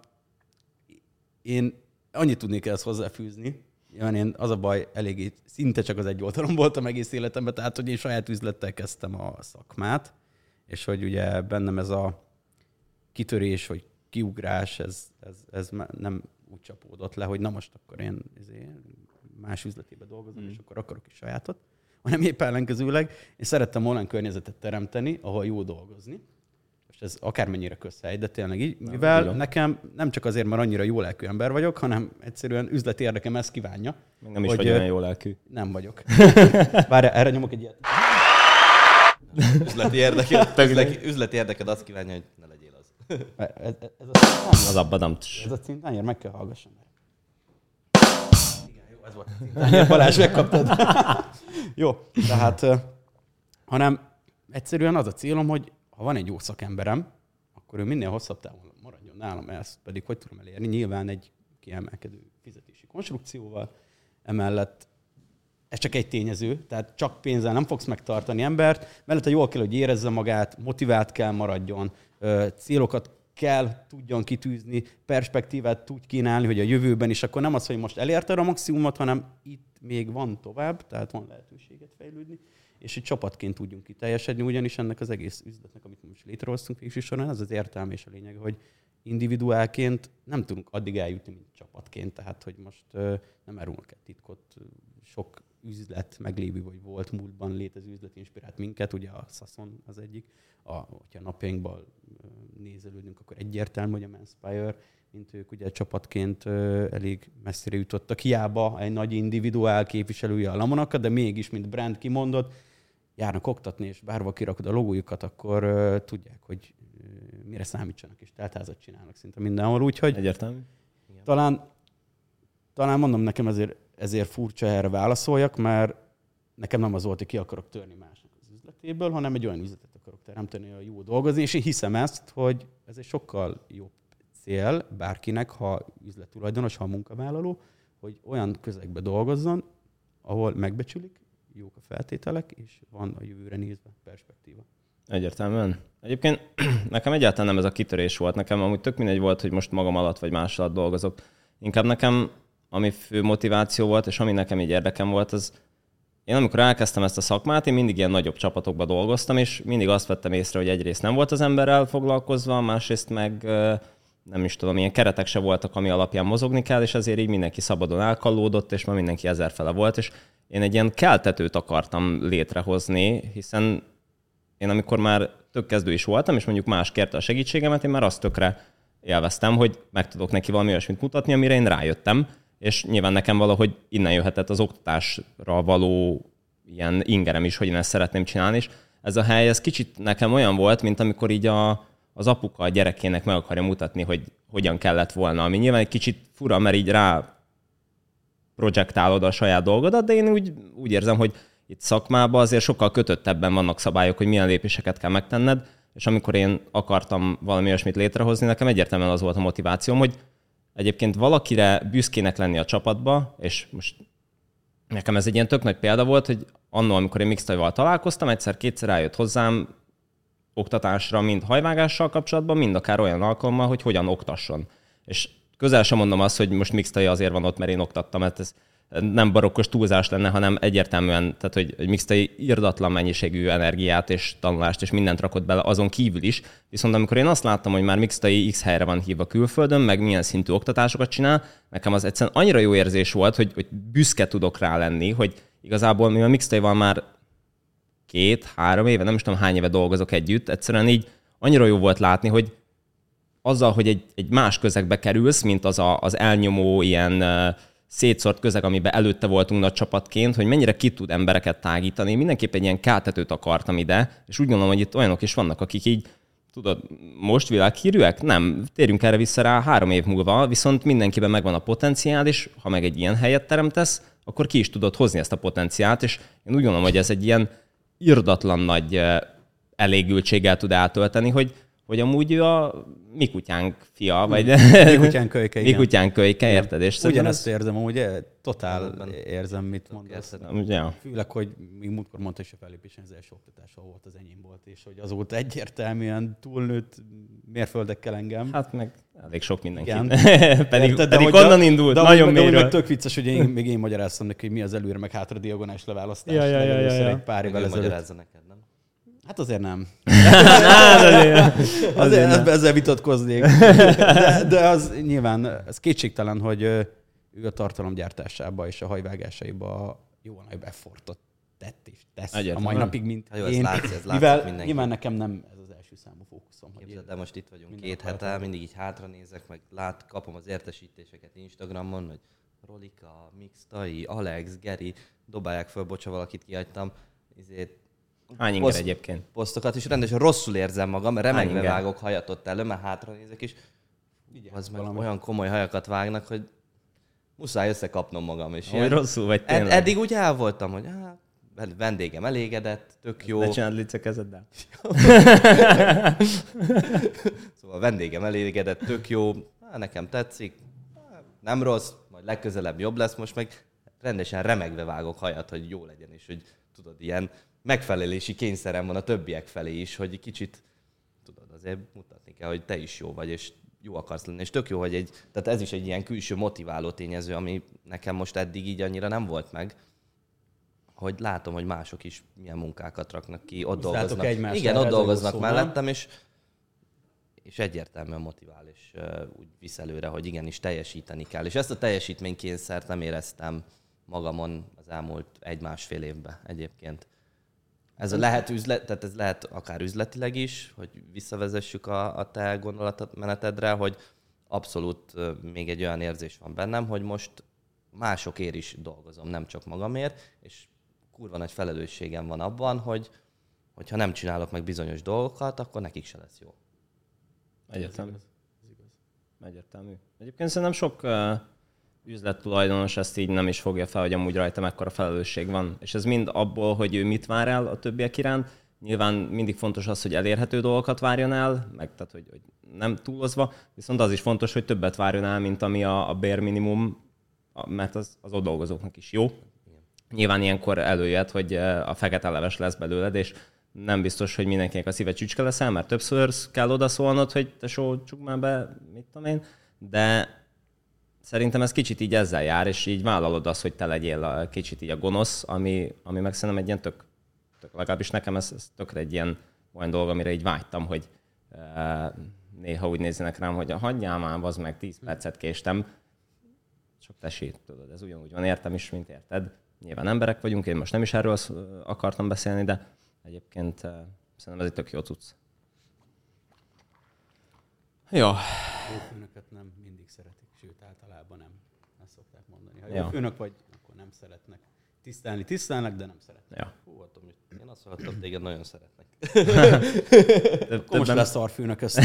én annyit tudnék ezt hozzáfűzni. Én az a baj, eléggé szinte csak az egy oldalon voltam egész életemben, tehát hogy én saját üzlettel kezdtem a szakmát, és hogy ugye bennem ez a kitörés, vagy kiugrás, ez nem úgy csapódott le, hogy na most akkor én más üzletében dolgozom, és akkor akarok is sajátot. hanem épp ellenkezőleg én szerettem online környezetet teremteni, ahol jó dolgozni. És ez akármennyire közhely, de tényleg így, mivel nekem nem csak azért, mert annyira jó lelkű ember vagyok, hanem egyszerűen üzleti érdekem ezt kívánja. Még nem is vagy olyan jó lelkű. Nem vagyok. Várj, erre nyomok egy ilyet. Üzleti érdeked azt kívánja, hogy ne legyél az. Ez a badam. Ez a cintányér, meg kell hallgassam. Igen, jó, ez volt a cintányér. Balázs, megkaptad. Jó, tehát, hanem egyszerűen az a célom, hogy ha van egy jó szakemberem, akkor ő minél hosszabb távon maradjon nálam, ezt pedig hogy tudom elérni? Nyilván egy kiemelkedő fizetési konstrukcióval, emellett ez csak egy tényező, tehát csak pénzzel nem fogsz megtartani embert, mellette jól kell, hogy érezze magát, motivált kell maradjon, célokat kell tudjon kitűzni, perspektívát tud kínálni, hogy a jövőben is, akkor nem az, hogy most elérted a maximumot, hanem itt még van tovább, tehát van lehetőséget fejlődni, és egy csapatként tudjunk kiteljesedni, ugyanis ennek az egész üzletnek, amit most létrehoztunk végső során, az az értelme és a lényeg, hogy individuálként nem tudunk addig eljutni, mint csapatként, tehát hogy most nem árulnak el titkot, sok üzlet meglévő, vagy volt múltban létező üzlet inspirált minket, ugye a Sasson az egyik, hogyha napjainkban nézelődünk, akkor egyértelmű, hogy a Manspire, mint ők ugye csapatként elég messzire jutottak. Hiába egy nagy individuál képviselője a Lamonakat, de mégis, mint brand kimondott, járnak oktatni, és bárhol kirakod a logójukat, akkor tudják, hogy mire számítsanak, és teltházat csinálnak szinte mindenhol. Úgyhogy egyértelmű. Talán mondom, nekem ezért furcsa erre válaszoljak, mert nekem nem az volt, hogy ki akarok törni másnak az üzletéből, hanem egy olyan üzletet akarok teremteni, a jó dolgozni, és én hiszem ezt, hogy ez egy sokkal jobb cél bárkinek, ha üzlettulajdonos, ha munkavállaló, hogy olyan közegbe dolgozzon, ahol megbecsülik, jók a feltételek, és van a jövőre nézve perspektíva. Egyértelműen. Egyébként nekem egyáltalán nem ez a kitörés volt. Nekem amúgy tök mindegy volt, hogy most magam alatt vagy más alatt dolgozok. Inkább nekem, ami fő motiváció volt, és ami nekem így érdekem volt, az én amikor elkezdtem ezt a szakmát, én mindig ilyen nagyobb csapatokban dolgoztam, és mindig azt vettem észre, hogy egyrészt nem volt az emberrel foglalkozva, másrészt meg nem is tudom, ilyen keretek se voltak, ami alapján mozogni kell, és ezért így mindenki szabadon elkallódott, és már mindenki ezerfele volt, és én egy ilyen keltetőt akartam létrehozni, hiszen én amikor már tök kezdő is voltam, és mondjuk más kérte a segítségemet, én már azt tökre élveztem, hogy meg tudok neki valami olyasmit mutatni, amire én rájöttem, és nyilván nekem valahogy innen jöhetett az oktatásra való ilyen ingerem is, hogy én ezt szeretném csinálni, és ez a hely, ez kicsit nekem olyan volt, mint amikor így az apuka a gyerekének meg akarja mutatni, hogy hogyan kellett volna, ami nyilván egy kicsit fura, mert így rá projektálod a saját dolgodat, de én úgy érzem, hogy itt szakmában azért sokkal kötöttebben vannak szabályok, hogy milyen lépéseket kell megtenned, és amikor én akartam valami olyasmit létrehozni, nekem egyértelműen az volt a motivációm, hogy egyébként valakire büszkének lenni a csapatba, és most nekem ez egy ilyen tök nagy példa volt, hogy annól, amikor én Mixtajval találkoztam, egyszer-kétszer eljött hozzám oktatásra, mind hajvágással kapcsolatban, mind akár olyan alkalommal, hogy hogyan oktasson. És közel sem mondom azt, hogy most Mixtaj azért van ott, mert én oktattam, mert ez nem barokkos túlzás lenne, hanem egyértelműen, tehát hogy Mixtaj irdatlan mennyiségű energiát és tanulást és mindent rakott bele azon kívül is. Viszont amikor én azt láttam, hogy már Mixtaj X helyre van hívva külföldön, meg milyen szintű oktatásokat csinál, nekem az egyszerűen annyira jó érzés volt, hogy büszke tudok rá lenni, hogy igazából mivel Mixtajval már 2-3 éve, nem is tudom hány éve dolgozok együtt, egyszerűen így annyira jó volt látni, hogy azzal, hogy egy más közegbe kerülsz, mint az elnyomó ilyen szétszórt közeg, amiben előtte voltunk nagy csapatként, hogy mennyire ki tud embereket tágítani. Mindenképp egy ilyen keltetőt akartam ide, és úgy gondolom, hogy itt olyanok is vannak, akik így, tudod, most világhírűek? Nem. Térjünk erre vissza rá 3 év múlva, viszont mindenkiben megvan a potenciál, és ha meg egy ilyen helyet teremtesz, akkor ki is tudod hozni ezt a potenciált, és én úgy gondolom, hogy ez egy ilyen irdatlan nagy elégültséggel tud átölteni, hogy amúgy ő a mi kutyánk fia, vagy... Mi kutyánk kölyke, igen. Mi kutyánk kölyke, érted? És ugyanezt érzem, amúgy totál érzem, mit mondasz. Ja. Főleg, hogy még múltkor mondta is a fellépésen, az első oktatás, ahol volt az enyém volt, és hogy azóta egyértelműen túlnőtt mérföldekkel engem. Hát meg elég sok mindenki. pedig onnan indult, nagyon mélyről. De tök vicces, hogy én magyaráztam neki, hogy mi az előre meg hátra diagonális leválasztás. Ja. Egy pár évvel ezelőtt. Magyarázza neked, nem? Hát azért nem. azért ezzel vitatkoznék. De az nyilván, ez kétségtelen, hogy ő a tartalom gyártásába és a hajvágásaiba jóval nagyobb effortot tett és tesz Egyetlen. a mai napig, mint Hát jó, ez én. látszik Mivel mindenki. nyilván nekem nem ez az első számú fókuszom. Hogy Képzeld, de most itt vagyunk minden 2 akartam. hete, mindig így hátra nézek, meg kapom az értesítéseket Instagramon, hogy Rolika, Mixtai, Alex, Geri, dobálják föl, bocsa, valakit kihagytam. Hány inger egyébként? Posztokat, és rendesen rosszul érzem magam, mert remegve inger? vágok hajat ott elő, mert hátra nézek, és az meg valami. olyan komoly hajakat vágnak, hogy muszáj összekapnom magam. És Hogy rosszul vagy tényleg? eddig úgy el voltam, hogy vendégem elégedett, tök jó. Ne csináld Lice kezeddel. Szóval a vendégem elégedett, tök jó, nekem tetszik, nem rossz, majd legközelebb jobb lesz, most meg rendesen remegve vágok hajat, hogy jó legyen, és hogy tudod, ilyen megfelelési kényszerem van a többiek felé is, hogy kicsit, tudod, azért mutatni kell, hogy te is jó vagy, és jó akarsz lenni, és tök jó, hogy tehát ez is egy ilyen külső motiváló tényező, ami nekem most eddig így annyira nem volt meg, hogy látom, hogy mások is milyen munkákat raknak ki, ott dolgoznak. Igen, ott dolgoznak mellettem, és egyértelműen motivál, és úgy visz előre, hogy igenis teljesíteni kell. És ezt a teljesítménykényszert nem éreztem magamon az elmúlt 1-1,5 évben egyébként. Ez tehát ez lehet akár üzletileg is, hogy visszavezessük a te gondolatmenetedre, hogy abszolút még egy olyan érzés van bennem, hogy most másokért is dolgozom, nem csak magamért, és kurva nagy felelősségem van abban, hogy ha nem csinálok meg bizonyos dolgokat, akkor nekik se lesz jó. Egyértelmű. Egyértelmű. Egyébként szerintem sok üzlettulajdonos ezt így nem is fogja fel, hogy amúgy rajta mekkora felelősség van. És ez mind abból, hogy ő mit vár el a többiek iránt. Nyilván mindig fontos az, hogy elérhető dolgokat várjon el, meg tehát, hogy nem túlozva, viszont az is fontos, hogy többet várjon el, mint ami a bare minimum, mert az ott dolgozóknak is jó. Nyilván ilyenkor előjött, hogy a fekete leves lesz belőled, és nem biztos, hogy mindenkinek a szíve csücske leszel, mert többször kell odaszólnod, hogy tesó, csukd már be, mit tudom én, de szerintem ez kicsit így ezzel jár, és így vállalod azt, hogy te legyél kicsit így a gonosz, ami meg szerintem egy ilyen tök legalábbis nekem ez tökre egy ilyen olyan dolog, amire így vágytam, hogy néha úgy nézzenek rám, hogy hagyjál már, az meg 10 percet késtem. Csak tessék, tudod, ez ugyanúgy van, értem is, mint érted. Nyilván emberek vagyunk, én most nem is erről akartam beszélni, de egyébként szerintem ez egy tök jó cucc. Jó. Jó főnöket nem mindig szeretik, sőt általában nem. Ezt szokták mondani. Ha jó főnök vagy, akkor nem szeretnek. Tisztelnek, de nem szeretnek. Ja. Hú, én azt hallottam, téged nagyon szeretnek. Akkor most lesz szarfőnök ezt.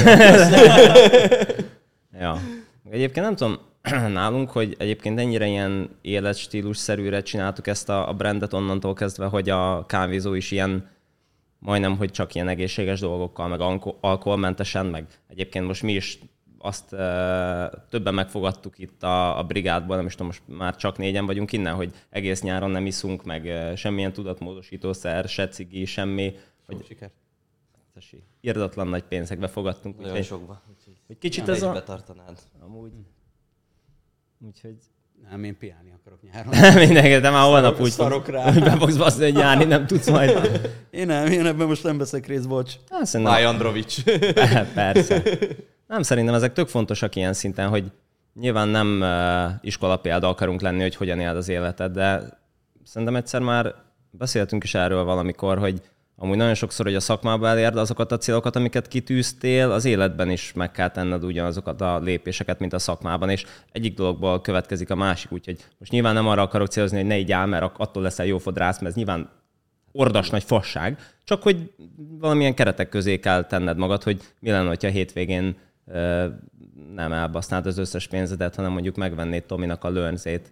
Ja. Egyébként nem tudom, nálunk, hogy egyébként ennyire ilyen életstílusszerűre csináltuk ezt a brandet onnantól kezdve, hogy a kávézó is ilyen majdnem, hogy csak ilyen egészséges dolgokkal, meg alkoholmentesen, meg egyébként most mi is azt többen megfogadtuk itt a brigádban, nem is tudom, most már csak 4-en vagyunk innen, hogy egész nyáron nem iszunk, meg semmilyen tudatmódosítószer, se cigi, semmi. Sok sikert. Irdatlan nagy pénzekbe fogadtunk. Nagyon sokba. Hogy kicsit ez a... betartanád. Amúgy. Úgyhogy... Nem, én piálni akarok nyáron. Mindenki, de már holnap úgy szarok rá. be fogsz baszni, hogy járni nem tudsz majd. Én ebben most nem veszek részt, bocs. Máj Androvics. Persze. Nem, szerintem ezek tök fontosak ilyen szinten, hogy nyilván nem iskolapélda akarunk lenni, hogy hogyan éld az életed, de szerintem egyszer már beszéltünk is erről valamikor, hogy amúgy nagyon sokszor, hogy a szakmába elérd azokat a célokat, amiket kitűztél, az életben is meg kell tenned ugyanazokat a lépéseket, mint a szakmában, és egyik dologból következik a másik, úgyhogy most nyilván nem arra akarok célozni, hogy ne így áll, mert attól leszel jó fodrász, mert ez nyilván ordas nagy fasság, csak hogy valamilyen keretek közé kell tenned magad, hogy mi lenne, hogyha hétvégén nem elbasznád az összes pénzedet, hanem mondjuk megvennéd Tominak a lőnzét.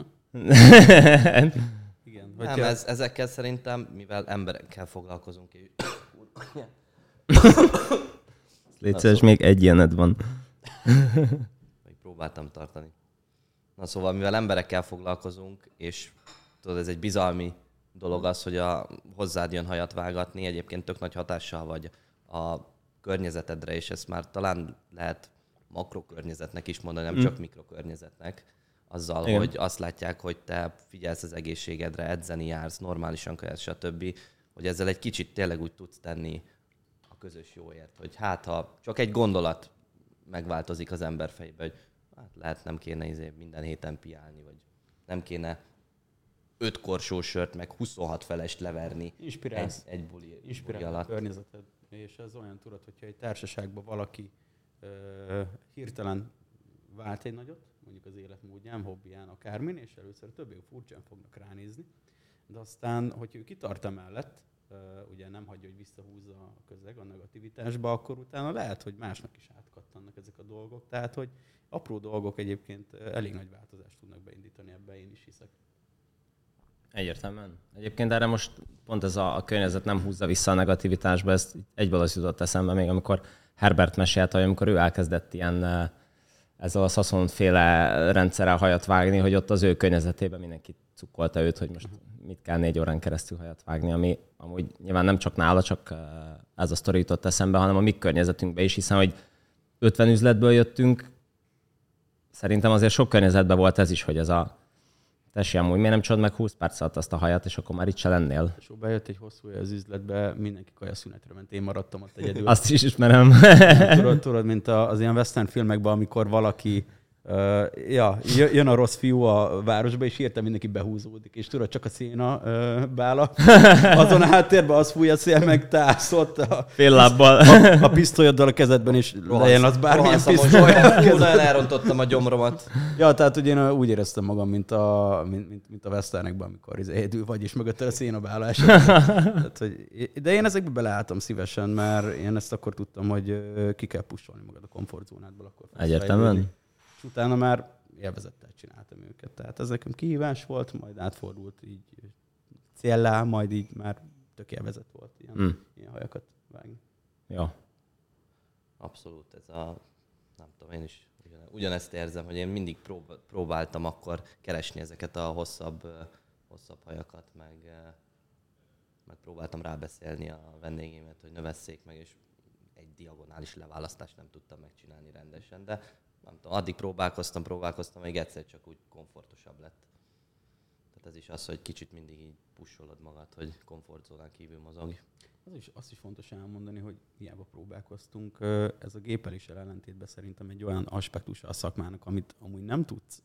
Igen. Nem, ezekkel szerintem, mivel emberekkel foglalkozunk. Légy még egy ilyened van. Még próbáltam tartani. Na szóval, mivel emberekkel foglalkozunk, és tudod, ez egy bizalmi dolog az, hogy hozzád jön hajat vágatni, egyébként tök nagy hatással vagy a környezetedre, és ezt már talán lehet makrokörnyezetnek is mondani, nem csak mikrokörnyezetnek, azzal, igen, hogy azt látják, hogy te figyelsz az egészségedre, edzeni jársz, normálisan kellsz, stb., hogy ezzel egy kicsit tényleg úgy tudsz tenni a közös jóért, hogy hát ha csak egy gondolat megváltozik az ember fejbe, hogy hát lehet nem kéne minden héten piálni, vagy nem kéne 5 korsós sört, meg 26 felest leverni egy buli Inspirálsz alatt. a környezeted. És ez olyan, tudod, hogyha egy társaságban valaki hirtelen vált egy nagyot, mondjuk az életmódján, hobbiján, akármin, és először többé furcsán fognak ránézni, de aztán, hogyha ő kitart emellett, ugye nem hagyja, hogy visszahúzza a közeg a negativitásba, akkor utána lehet, hogy másnak is átkattannak ezek a dolgok. Tehát, hogy apró dolgok egyébként elég nagy változást tudnak beindítani, ebbe én is hiszek. Egyértelműen. Egyébként erre most pont ez a környezet nem húzza vissza a negativitásba, ez egyből az jutott eszembe még, amikor Herbert mesélt, hogy amikor ő elkezdett ilyen ezzel a Sasson-féle rendszerrel hajat vágni, hogy ott az ő környezetében mindenki cukkolta őt, hogy most mit kell 4 órán keresztül hajat vágni, ami amúgy nyilván nem csak nála, csak ez a sztori jutott eszembe, hanem a mi környezetünkbe is, hiszen hogy 50 üzletből jöttünk, szerintem azért sok környezetben volt ez is, hogy ez a tessék, amúgy miért nem csod meg 20 perc alatt azt a hajat, és akkor már itt se lennél. És bejött egy hosszú az üzletbe, mindenki kajaszünetre ment, én maradtam ott egyedül. Azt is ismerem. Tudod, mint az ilyen western filmekben, amikor valaki jön a rossz fiú a városba, és hirtelen mindenki behúzódik, és tudod, csak a széna bála. Azon a háttérben az fúj a szél, meg tász ott fél lábbal. A pisztolyoddal a kezedben, és legyen az bármilyen pisztoly. Nagyon elrontottam a gyomromat. Ja, tehát hogy én úgy éreztem magam, mint a westernekben, amikor egyedül vagy, és mögöttel a szénabála esett. De én ezekbe beleálltam szívesen, mert én ezt akkor tudtam, hogy ki kell pusolni magad a komfortzónádból. Egyértelműen. És utána már élvezettel csináltam őket. Tehát ez nekem kihívás volt, majd átfordult így céllá, majd így már tök élvezet volt ilyen hajakat vágni. Ja. Abszolút, nem tudom, én is ugyanezt érzem, hogy én mindig próbáltam akkor keresni ezeket a hosszabb hajakat, meg próbáltam rábeszélni a vendégeimet, hogy növesszék meg, és egy diagonális leválasztást nem tudtam megcsinálni rendesen, de nem tudom, addig próbálkoztam, még egyszer csak úgy komfortosabb lett. Tehát ez is az, hogy kicsit mindig így pusolod magad, hogy komfortzónán kívül mozog. Azt is fontos elmondani, hogy hiába próbálkoztunk. Ez a gépeléssel ellentétben szerintem egy olyan aspektusa a szakmának, amit amúgy nem tudsz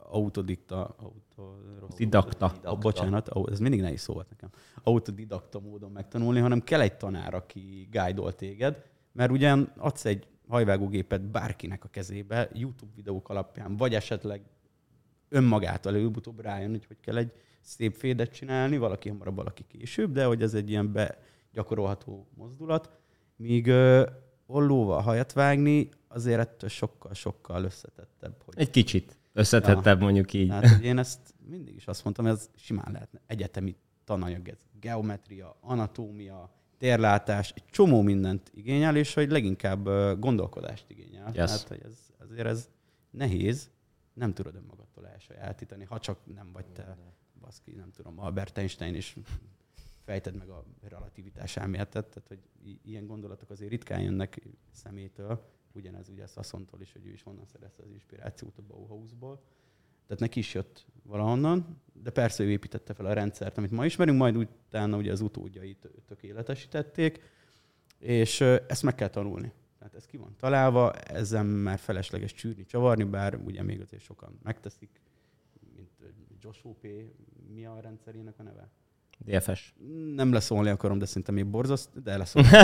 bocsánat, ez mindig nehéz szó volt nekem. Autodidakta módon megtanulni, hanem kell egy tanár, aki guide-ol téged, mert ugyan adsz egy hajvágógépet bárkinek a kezébe, YouTube videók alapján, vagy esetleg önmagától előbb-utóbb rájön, hogy kell egy szép fédet csinálni, valaki hamarabb, valaki később, de hogy ez egy ilyen begyakorolható mozdulat, míg ollóval hajat vágni azért ettől sokkal összetettebb. Hogy... Egy kicsit összetettebb, mondjuk így. Hát, én ezt mindig is azt mondtam, ez simán lehetne egyetemi tananyag, ez geometria, anatómia, térlátás, egy csomó mindent igényel, és hogy leginkább gondolkodást igényel. Yes. Tehát, hogy ez nehéz, nem tudod önmagadtól elsajátítani, ha csak nem vagy te, baszki, nem tudom, Albert Einstein, és fejted meg a relativitás elméletet, tehát hogy ilyen gondolatok azért ritkán jönnek szemétől, ugyanez ugye Sassontól is, hogy ő is honnan szerezte az inspirációt a Bauhausból. Tehát neki is jött valahonnan, de persze ő építette fel a rendszert, amit ma ismerünk, majd utána ugye az utódjai tökéletesítették, és ezt meg kell tanulni. Tehát ez ki van találva, ezen már felesleges csűrni, csavarni, bár ugye még azért sokan megteszik, mint Josh O.P. Mi a rendszerének a neve? DFS. Nem leszólni akarom, de szerintem még borzaszt, de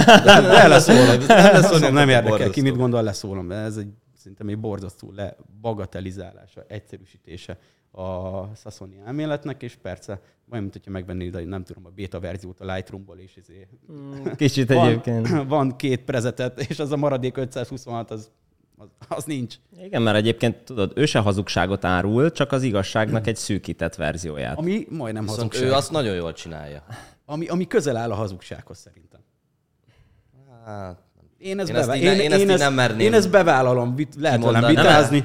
leszólom. Nem érdekel, ki mit gondol, leszólom. Ez egy szerintem egy borzasztó bagatelizálása, egyszerűsítése a Sassoni elméletnek, és persze, olyan, mint hogyha megvennéd, nem tudom, a beta verziót a Lightroomból, és kicsit egyébként. Van 2 prezetet, és az a maradék 526, az nincs. Igen, mert egyébként tudod, ő se hazugságot árul, csak az igazságnak egy szűkített verzióját. Ami majdnem hazugság. Ő azt nagyon jól csinálja. Ami közel áll a hazugsághoz szerintem. Hát, Én ezt nem merném. Én ezt bevállalom, lehet velem vitázni.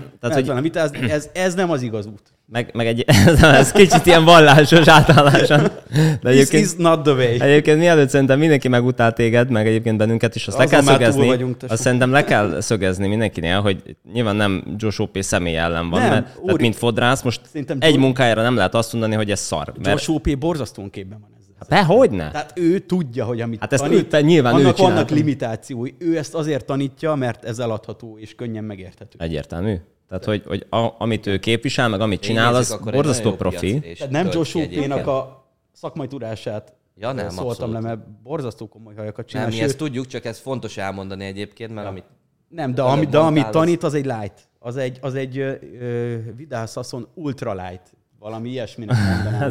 Ez nem az igaz út. Meg ez kicsit ilyen vallásos átálláson. This is not the way. Egyébként mielőtt szerintem mindenki megutál téged, meg egyébként bennünket is, azt le kell szögezni. Azt szerintem le kell szögezni mindenkinél, hogy nyilván nem Josh O.P. személy ellen van, mert tehát mint fodrász, most egy munkájára nem lehet azt mondani, hogy ez szar. Josh O.P. borzasztóan képben van ezzel. Dehogyne? Tehát ő tudja, hogy amit hát tanít, nyilván vannak limitációi. Ő ezt azért tanítja, mert ez eladható és könnyen megérthető. Egyértelmű. Tehát, hogy amit ő képvisel, meg amit csinál, nézzük, az akkor egy borzasztó nagyon jó profi. piacrést Tehát nem tölt Josh ki Hope-énak egyébként. a szakmai tudását Ja, nem, szóltam abszolút. le, mert borzasztó komoly hajakat csinál. Nem, mi sőt, ezt tudjuk, csak ez fontos elmondani egyébként, mert amit nem, de előbb amit mondtál, tanít, az egy light. Az egy Vidal Sasson ultra light. Valami ilyesminek mondanám.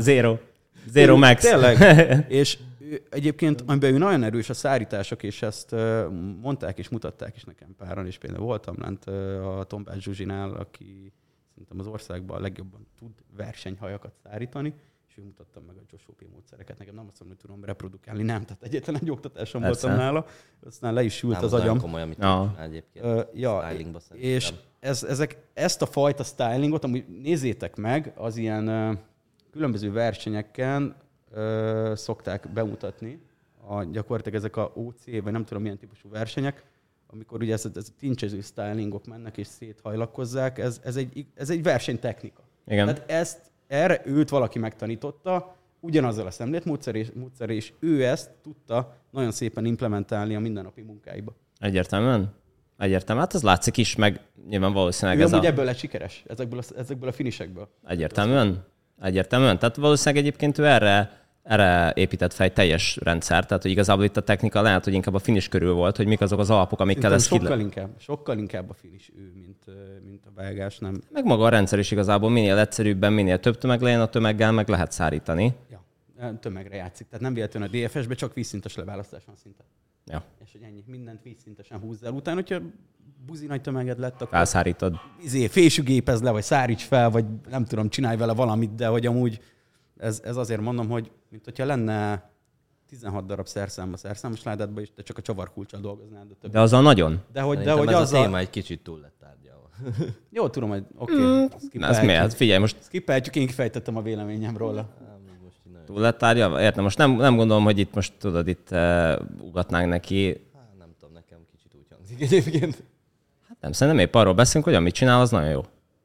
Zero max. Tényleg. És egyébként, amiben ő nagyon erős a szárítások, és ezt mondták és mutatták is nekem páran, és például voltam lent a Tombás Zsuzsinál, aki szerintem az országban a legjobban tud versenyhajakat szárítani, és ő mutatta meg a Josh Hope módszereket. Nekem nem azt mondom, hogy tudom reprodukálni, nem. Tehát egyetlen egy oktatásom voltam nála, aztán le is sült nem az nagyon agyam. komoly, amit csinál egyébként. Stylingba szerintem. És ezt a fajta stylingot, amúgy nézzétek meg, az ilyen különböző versenyeken szokták bemutatni, gyakorlatilag ezek a OC, vagy nem tudom milyen típusú versenyek, amikor ugye ez a tincsező stylingok mennek és széthajlakozzák, ez egy versenytechnika. Igen. Tehát erre őt valaki megtanította, ugyanazzal a szemléletmódszer, és ő ezt tudta nagyon szépen implementálni a mindennapi munkáiba. Egyértelműen. Hát ez látszik is, meg nyilván valószínűleg Ő ez amúgy ebből lett sikeres, ezekből a finisekből. Egyértelműen. Tehát valószínűleg egyébként ő erre épített fel egy teljes rendszer, tehát hogy igazából itt a technika lehet, hogy inkább a finish körül volt, hogy mik azok az alapok, amikkel ez sokkal inkább a finish ő, mint a vágás, nem? Meg maga a rendszer is igazából minél egyszerűbben, minél több tömeg legyen, a tömeggel meg lehet szárítani. Ja, tömegre játszik. Tehát nem véletlenül a DFS-be csak vízszintes leválasztás van szinte. Ja. És hogy ennyi, mindent vízszintesen húzzál. Utána, hogyha buzi nagy tömeged lett, akkor Felszárítod. fésügépezd le, vagy száríts fel, vagy nem tudom, csinálj vele valamit, de hogy amúgy ez azért mondom, hogy mint hogyha lenne 16 darab szerszámos ládádban, és te csak a csavarkulccsal dolgoznál. De azzal nagyon. De hogy ez azzal... a téma egy kicsit túl lett tárgyalva. Jó, tudom, hogy Ez miért? Figyelj, most Skippeltjük, én kifejtettem a véleményem róla. túl lett tárgyalva? Értem, most nem gondolom, hogy itt most tudod, itt ugatnánk neki. Nem tudom, nekem kicsit úgy hangzik egyébként. Hát nem, szerintem épp arról beszélünk, hogy amit csinál, az nagyon jó.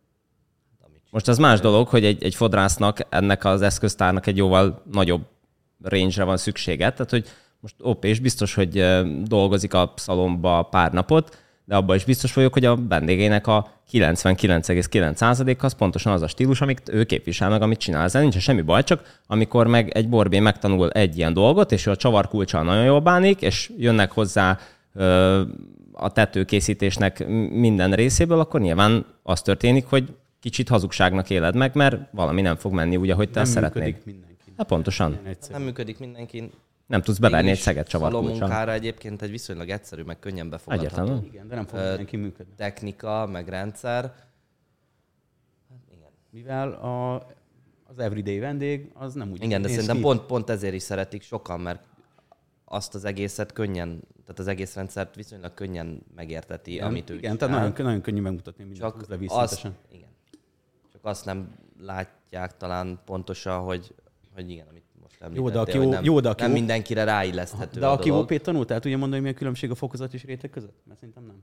Most az más dolog, hogy egy fodrásznak ennek az eszköztárnak egy jóval nagyobb range-re van szüksége. Tehát, hogy most és biztos, hogy dolgozik a szalomba pár napot, de abban is biztos vagyok, hogy a vendégének a 99,9%-a az pontosan az a stílus, amit ő képvisel meg, amit csinál. Ezzel nincsen semmi baj, csak amikor meg egy borbé megtanul egy ilyen dolgot, és ő a csavarkulccsal nagyon jól bánik, és jönnek hozzá a tetőkészítésnek minden részéből, akkor nyilván az történik, hogy kicsit hazugságnak éled meg, mert valami nem fog menni úgy, ahogy te ezt szeretnéd. Hát pontosan. Nem működik mindenkin. Nem tudsz beverni egy szeget csavarkulccsal. Szalommunkára egyébként egy viszonylag egyszerű, meg könnyen befogadható. Igen, de nem fog mindenki működni. Technika, meg rendszer. Hát igen. Mivel az everyday vendég, az nem úgy igen, de néz szerintem ki. pont ezért is szeretik sokan, mert azt az egészet könnyen, tehát az egész rendszert viszonylag könnyen megérteti, Igen, amit ő igen, csinál. tehát nagyon könnyű megmutatni mindent Csak hozzá vízszintesen. Csak azt nem látják talán pontosan, hogy igen, amit most Jó, de említettél, aki hogy nem, nem mindenkire ráilleszthető de a aki dolog. OP-t tanult, el tudja mondani, hogy mi a különbség a fokozat és réteg között? Mert szerintem nem.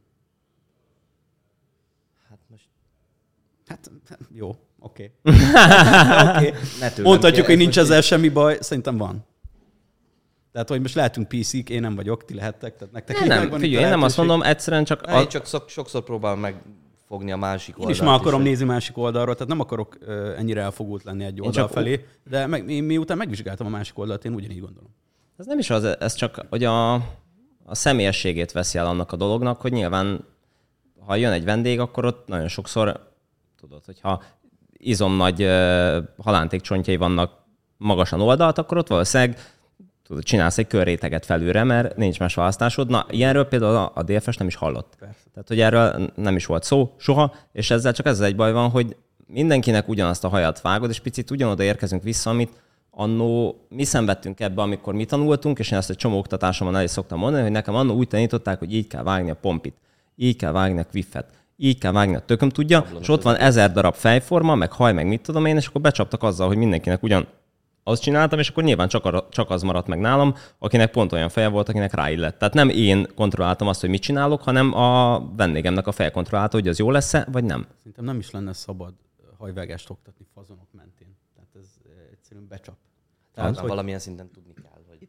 Hát most Hát jó, oké. ne tőlem Mondhatjuk, hogy kérdezz, nincs ezzel semmi baj, szerintem van. Tehát, hogy most lehetünk PC-k, én nem vagyok, ti lehettek, tehát nektek Nem, figyelj, én nem azt mondom, egyszerűen csak... Én csak sokszor próbálom megfogni a másik Én oldalt. is már akarom nézni másik oldalról, tehát nem akarok ennyire elfogult lenni egy oldal felé, de miután megvizsgáltam a másik oldalt, én ugyanígy gondolom. Ez nem is az, ez csak, hogy a személyességét veszi el annak a dolognak, hogy nyilván, ha jön egy vendég, akkor ott nagyon sokszor, tudod, hogyha izomnagy halántékcsontjai vannak magasan oldalt, akkor ott valószínűleg tudod, csinálsz egy körréteget felülre, mert nincs más választásod. Na, ilyenről például a DFS nem is hallott. Persze. Tehát, hogy erről nem is volt szó soha, és ezzel csak ezzel egy baj van, hogy mindenkinek ugyanazt a hajat vágod, és picit ugyanoda érkezünk vissza, amit annó mi szenvedtünk ebbe, amikor mi tanultunk, és én ezt egy csomó oktatásomon el is szoktam mondani, hogy nekem annó úgy tanították, hogy így kell vágni a pompit, így kell vágni a quiffet, így kell vágni a tököm tudja, és ott van 1000 darab fejforma, meg haj, meg mit tudom én, és akkor becsaptak azzal, hogy mindenkinek ugyan azt csináltam, és akkor nyilván csak az maradt meg nálam, akinek pont olyan feje volt, akinek ráillett. Tehát nem én kontrolláltam azt, hogy mit csinálok, hanem a vendégemnek a feje kontrollálta, hogy az jó lesz-e, vagy nem. Szerintem nem is lenne szabad hajvágást oktatni fazonok mentén. Tehát ez egyszerűen becsap. Tehát valamilyen szinten tudni kell, hogy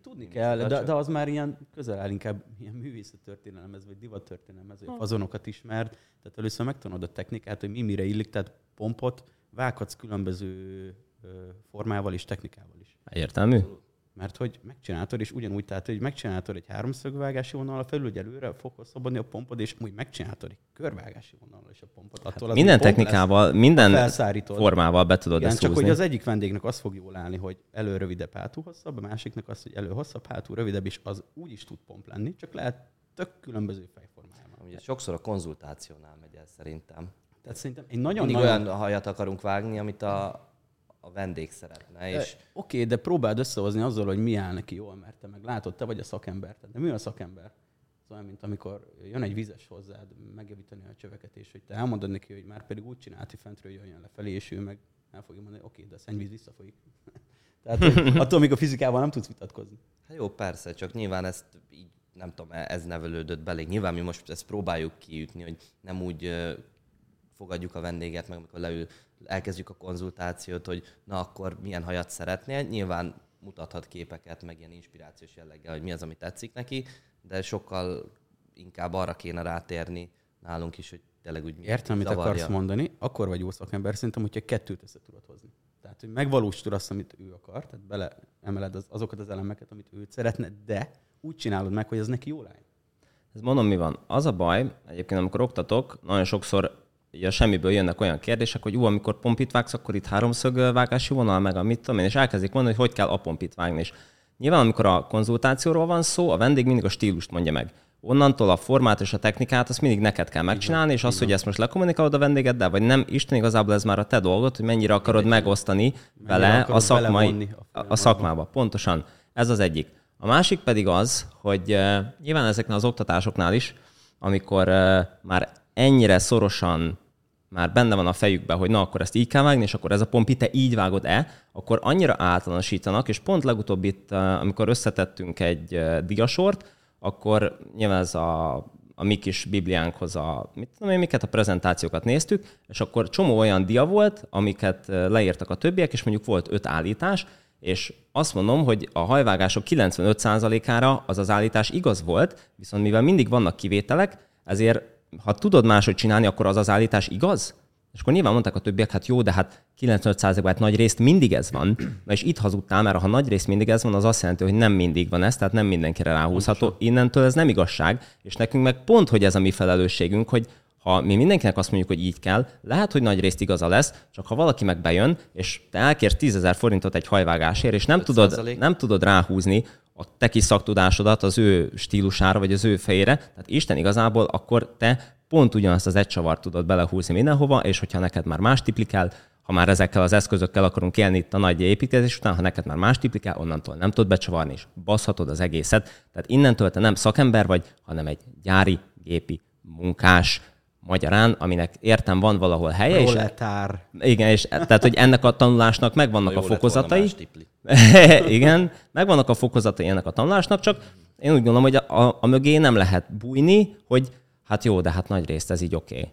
tudni kell, de az már ilyen közel áll inkább ilyen művészettörténelemhez, vagy divattörténelemhez, vagy fazonokat ismert. Tehát először megtanulod a technikát, hogy mi mire illik, tehát pompot vághatsz különböző formával és technikával is. Értelmű? Mert hogy megcsináltad, és ugyanúgy, tehát hogy megcsináltad egy háromszögvágási vonallal felül, hogy előre fog hosszabbodni a pompod, és úgy megcsináltad egy körvágási vonallal is a pompot. Attól hát minden technikával, lesz, minden formával be tudod ezt csak húzni. hogy az egyik vendégnek az fog jól állni, hogy elő rövidebb, hátul hosszabb, a másiknak az, hogy elő hosszabb, hátul rövidebb, és az úgy is tud pomp lenni, csak lehet tök különböző fejformájában. Ugye sokszor a konzultációnál megy el szerintem. Tehát szerintem egy nagyon olyan hajat akarunk vágni, amit a vendég szeretne. És... Oké, de próbáld összehozni azzal, hogy mi áll neki jól, mert te meg látod, te vagy a szakember. De mi a szakember? Az olyan, mint amikor jön egy vizes hozzád megjavítani a csöveket, és hogy te elmondod neki, hogy már pedig úgy csinálti fentről, jöjjön lefelé, és ő meg el fogja mondani, oké, de a szennyvíz visszafolyik. Tehát attól még a fizikával nem tudsz vitatkozni. Hát jó, persze, csak nyilván ezt így, nem tudom, ez nevelődött belé. Nyilván mi most ezt próbáljuk kiütni, hogy nem úgy fogadjuk a vendéget, meg amikor elkezdjük a konzultációt, hogy na akkor milyen hajat szeretnél. Nyilván mutathat képeket, meg ilyen inspirációs jelleggel, hogy mi az, ami tetszik neki, de sokkal inkább arra kéne rátérni nálunk is, hogy tényleg úgy értem, mit akarsz mondani, akkor vagy jó szakember szerintem, hogyha kettőt össze tudod hozni. Tehát, hogy megvalósítod azt, amit ő akar, tehát beleemeled azokat az elemeket, amit ő szeretne, de úgy csinálod meg, hogy az neki jól áll. Ez mondom, mi van. Az a baj, egyébként amikor oktatok, nagyon sokszor ugye semmiből jönnek olyan kérdések, hogy amikor pompit vágsz, akkor itt háromszög vágási vonal, meg a mit tudom én, és elkezdik mondani, hogy kell a pompit vágni. És nyilván, amikor a konzultációról van szó, a vendég mindig a stílust mondja meg. Onnantól a formát és a technikát, azt mindig neked kell megcsinálni, és az, hogy ezt most lekommunikálod a vendégeddel, vagy nem, Isten igazából ez már a te dolgod, hogy mennyire akarod megosztani vele a szakmába. Pontosan. Ez az egyik. A másik pedig az, hogy nyilván ezeknél az oktatásoknál is, amikor már ennyire szorosan már benne van a fejükben, hogy na, akkor ezt így kell vágni, és akkor ez a pompi, te így vágod-e, akkor annyira általánosítanak, és pont legutóbb itt, amikor összetettünk egy diasort, akkor nyilván ez a mi kis bibliánkhoz miket a prezentációkat néztük, és akkor csomó olyan dia volt, amiket leírtak a többiek, és mondjuk volt 5 állítás, és azt mondom, hogy a hajvágások 95%-ára az állítás igaz volt, viszont mivel mindig vannak kivételek, ezért ha tudod máshogy csinálni, akkor az állítás igaz? És akkor nyilván mondták a többiek, hát jó, de hát 95%-ban nagy részt mindig ez van. Na és itt hazudtál, mert ha nagy részt mindig ez van, az azt jelenti, hogy nem mindig van ez, tehát nem mindenkire ráhúzható. Innentől ez nem igazság, és nekünk meg pont, hogy ez a mi felelősségünk, hogy ha mi mindenkinek azt mondjuk, hogy így kell, lehet, hogy nagy részt igaza lesz, csak ha valaki meg bejön, és te elkérsz 10 000 forintot egy hajvágásért, és nem tudod ráhúzni a te kis szaktudásodat az ő stílusára, vagy az ő fejére, tehát Isten igazából akkor te pont ugyanazt az egy csavart tudod belehúzni mindenhova, és hogyha neked már más tipli kell, ha már ezekkel az eszközökkel akarunk élni itt a nagy építkezés után, ha neked már más tipli kell, onnantól nem tudod becsavarni, és baszhatod az egészet. Tehát innentől te nem szakember vagy, hanem egy gyári, gépi munkás, magyarán, aminek értem van valahol helye. Proletár. Igen, és tehát, hogy ennek a tanulásnak megvannak a fokozatai. Igen, megvannak a fokozatai ennek a tanulásnak, csak én úgy gondolom, hogy a mögé nem lehet bújni, hogy hát jó, de hát nagy részt ez így oké.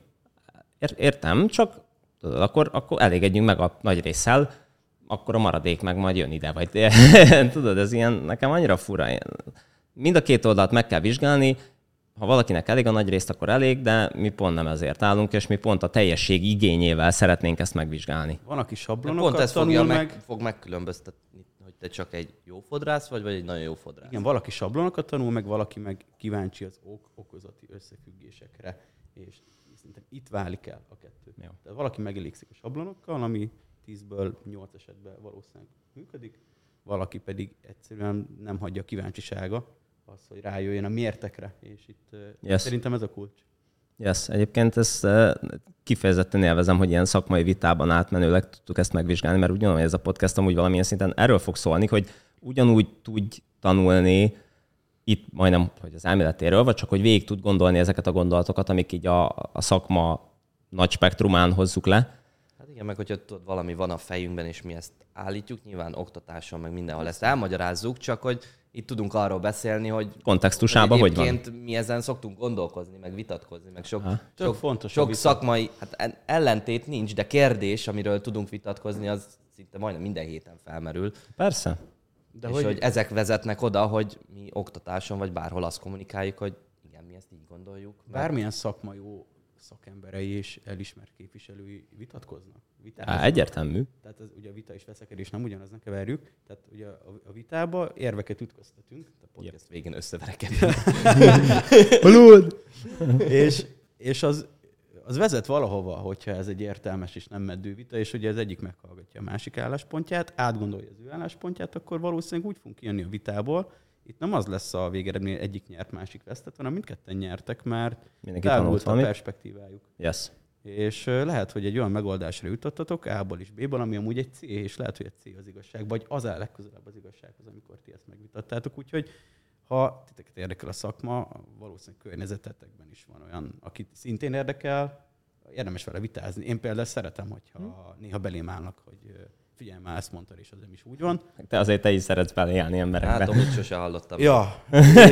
Értem, csak tudod, akkor elégedjünk meg a nagy résszel, akkor a maradék meg majd jön ide, vagy tudod, ez ilyen nekem annyira fura. Mind a két oldalt meg kell vizsgálni, ha valakinek elég a nagy részt, akkor elég, de mi pont nem ezért állunk, és mi pont a teljesség igényével szeretnénk ezt megvizsgálni. Van, aki sablonokat pont ez tanul meg. Fog megkülönböztetni, hogy te csak egy jó fodrász vagy egy nagyon jó fodrász. Igen, valaki sablonokat tanul meg, valaki meg kíváncsi az okozati összefüggésekre, és szerintem itt válik el a kettő. Jó. Tehát valaki megelégszik a sablonokkal, ami 10-ből 8 esetben valószínűleg működik, valaki pedig egyszerűen nem hagyja a kíváncsisága, az, hogy rájöjjön a mértekre, és itt szerintem ez a kulcs. Yes, egyébként ezt kifejezetten élvezem, hogy ilyen szakmai vitában átmenőleg tudtuk ezt megvizsgálni, mert úgy gondolom, hogy ez a podcast amúgy valamilyen szinten erről fog szólni, hogy ugyanúgy tudj tanulni itt majdnem, hogy az elméletéről, vagy csak hogy végig tud gondolni ezeket a gondolatokat, amik így a szakma nagy spektrumán hozzuk le. Hát igen, meg hogyha tudod, valami van a fejünkben, és mi ezt állítjuk, nyilván oktatáson, meg mindenhol ezt elmagyarázzuk, csak hogy itt tudunk arról beszélni, hogy kontextusában hogy van. Egyébként mi ezen szoktunk gondolkozni, meg vitatkozni, meg sok fontos szakmai, hát ellentét nincs, de kérdés, amiről tudunk vitatkozni, az szinte majdnem minden héten felmerül. Persze. De hogy ezek vezetnek oda, hogy mi oktatáson vagy bárhol azt kommunikáljuk, hogy igen, mi ezt így gondoljuk. Bármilyen szakma jó szakemberei és elismert képviselői vitatkoznak. Egyértelmű. Tehát ez ugye a vita és veszekedés nem ugyanaz, ne keverjük. Tehát ugye a vitába érveket ütköztetünk. A podcast végén összeverekedünk. és az vezet valahova, hogyha ez egy értelmes és nem meddő vita, és ugye az egyik meghallgatja a másik álláspontját, átgondolja az ő álláspontját, akkor valószínűleg úgy fogunk kijönni a vitából. Itt nem az lesz a végeredmény, egyik nyert, másik vesztett, hanem mindketten nyertek, mert elmúlt a perspektívájuk. Yes. És lehet, hogy egy olyan megoldásra jutottatok A-ból és B-ból, ami amúgy egy C, és lehet, hogy egy C az igazság, vagy az áll legközelebb az igazsághoz, amikor ti ezt megvitattátok. Úgyhogy ha titeket érdekel a szakma, valószínűleg környezetetekben is van olyan, akit szintén érdekel, érdemes vele vitázni. Én például szeretem, hogyha néha belém állnak, hogy figyelj már, ezt mondtad, és az nem is úgy van. Te is szeretsz belejárni emberekbe. Hát, amit sose hallottam. Ja.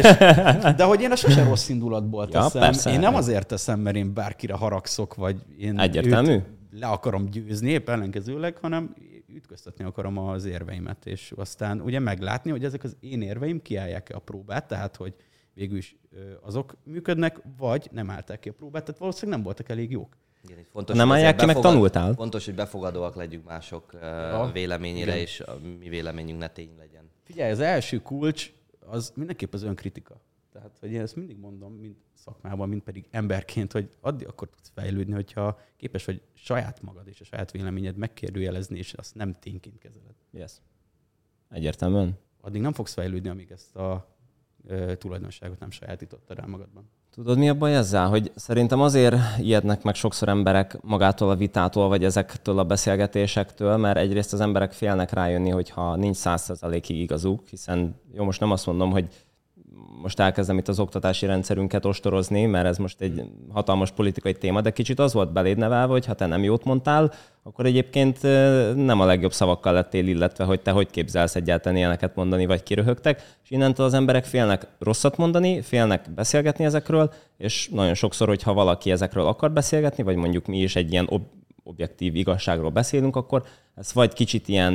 De hogy én a sose rossz indulatból teszem. Persze. Én nem azért teszem, mert én bárkire haragszok, vagy én őt le akarom győzni, épp ellenkezőleg, hanem ütköztetni akarom az érveimet, és aztán ugye meglátni, hogy ezek az én érveim kiállják-e a próbát, tehát hogy végül is azok működnek, vagy nem állták ki a próbát, tehát valószínűleg nem voltak elég jók. Igen, fontos, nem állják ki, meg tanultál. Fontos, hogy befogadóak legyünk mások véleményére, igen. És a mi véleményünk ne tény legyen. Figyelj, az első kulcs az mindenképp az önkritika. Tehát, hogy én ezt mindig mondom, mint szakmában, mint pedig emberként, hogy addig akkor tudsz fejlődni, hogyha képes vagy saját magad és a saját véleményed megkérdőjelezni, és azt nem tényként kezeled. Yes. Egyértelműen. Addig nem fogsz fejlődni, amíg ezt a tulajdonságot nem sajátítottad el magadban. Tudod, mi a baj ezzel? Hogy szerintem azért ijednek meg sokszor emberek magától a vitától, vagy ezektől a beszélgetésektől, mert egyrészt az emberek félnek rájönni, hogyha nincs 100%-ig igazuk, hiszen jó, most nem azt mondom, hogy most elkezdem itt az oktatási rendszerünket ostorozni, mert ez most egy hatalmas politikai téma, de kicsit az volt beléd nevelve, hogy ha te nem jót mondtál, akkor egyébként nem a legjobb szavakkal lettél illetve, hogy te hogy képzelsz egyáltalán ilyeneket mondani, vagy kiröhögtek, és innentől az emberek félnek rosszat mondani, félnek beszélgetni ezekről, és nagyon sokszor, hogyha valaki ezekről akar beszélgetni, vagy mondjuk mi is egy ilyen objektív igazságról beszélünk, akkor ez vagy kicsit ilyen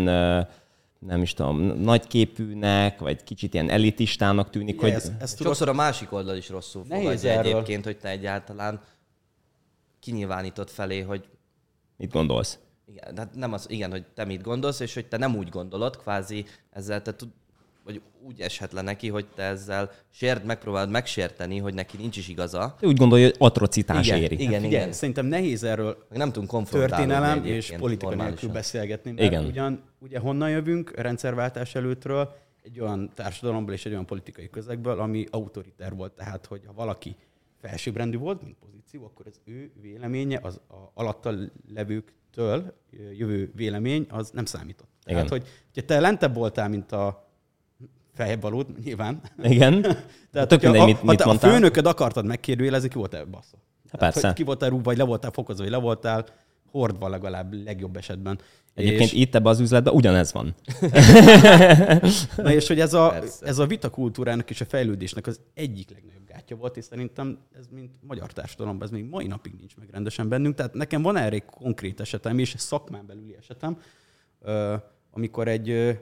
nem is tudom, nagyképűnek, vagy kicsit ilyen elitistának tűnik, hogy... Sokszor a másik oldal is rosszul fogadja egyébként, hogy te egyáltalán kinyilvánítod felé, hogy... Mit gondolsz? Igen, hát nem az, igen, hogy te mit gondolsz, és hogy te nem úgy gondolod, kvázi ezzel te tud, vagy úgy eshet le neki, hogy te ezzel megpróbálod megsérteni, hogy neki nincs is igaza. Ő úgy gondolja, hogy atrocitás igen, éri. Igen. Szerintem nehéz erről meg nem tudunk konfrontálni történelem és politika nélkül beszélgetni. Mert ugye honnan jövünk rendszerváltás előttről, egy olyan társadalomból és egy olyan politikai közegből, ami autoriter volt. Tehát, hogy ha valaki felsőbbrendű volt, mint pozíció, akkor az ő véleménye, az alatta levőktől jövő vélemény, az nem számított. Igen. Tehát, hogy te lentebb voltál, mint a feljebb valód, nyilván. Igen. Tehát, ha te a főnököd akartad megkérdőjelezni, ki voltál bassza. Persze. Ki voltál rúgva, vagy le voltál fokozva, vagy le voltál hordva legalább legjobb esetben. Egyébként itt ebben az üzletben ugyanez van. Na és hogy ez a vitakultúrának és a fejlődésnek az egyik legnagyobb gátja volt, és szerintem ez mint magyar társadalomban, ez még mai napig nincs meg rendesen bennünk. Tehát nekem van erre egy konkrét esetem, és szakmán belüli esetem, amikor egy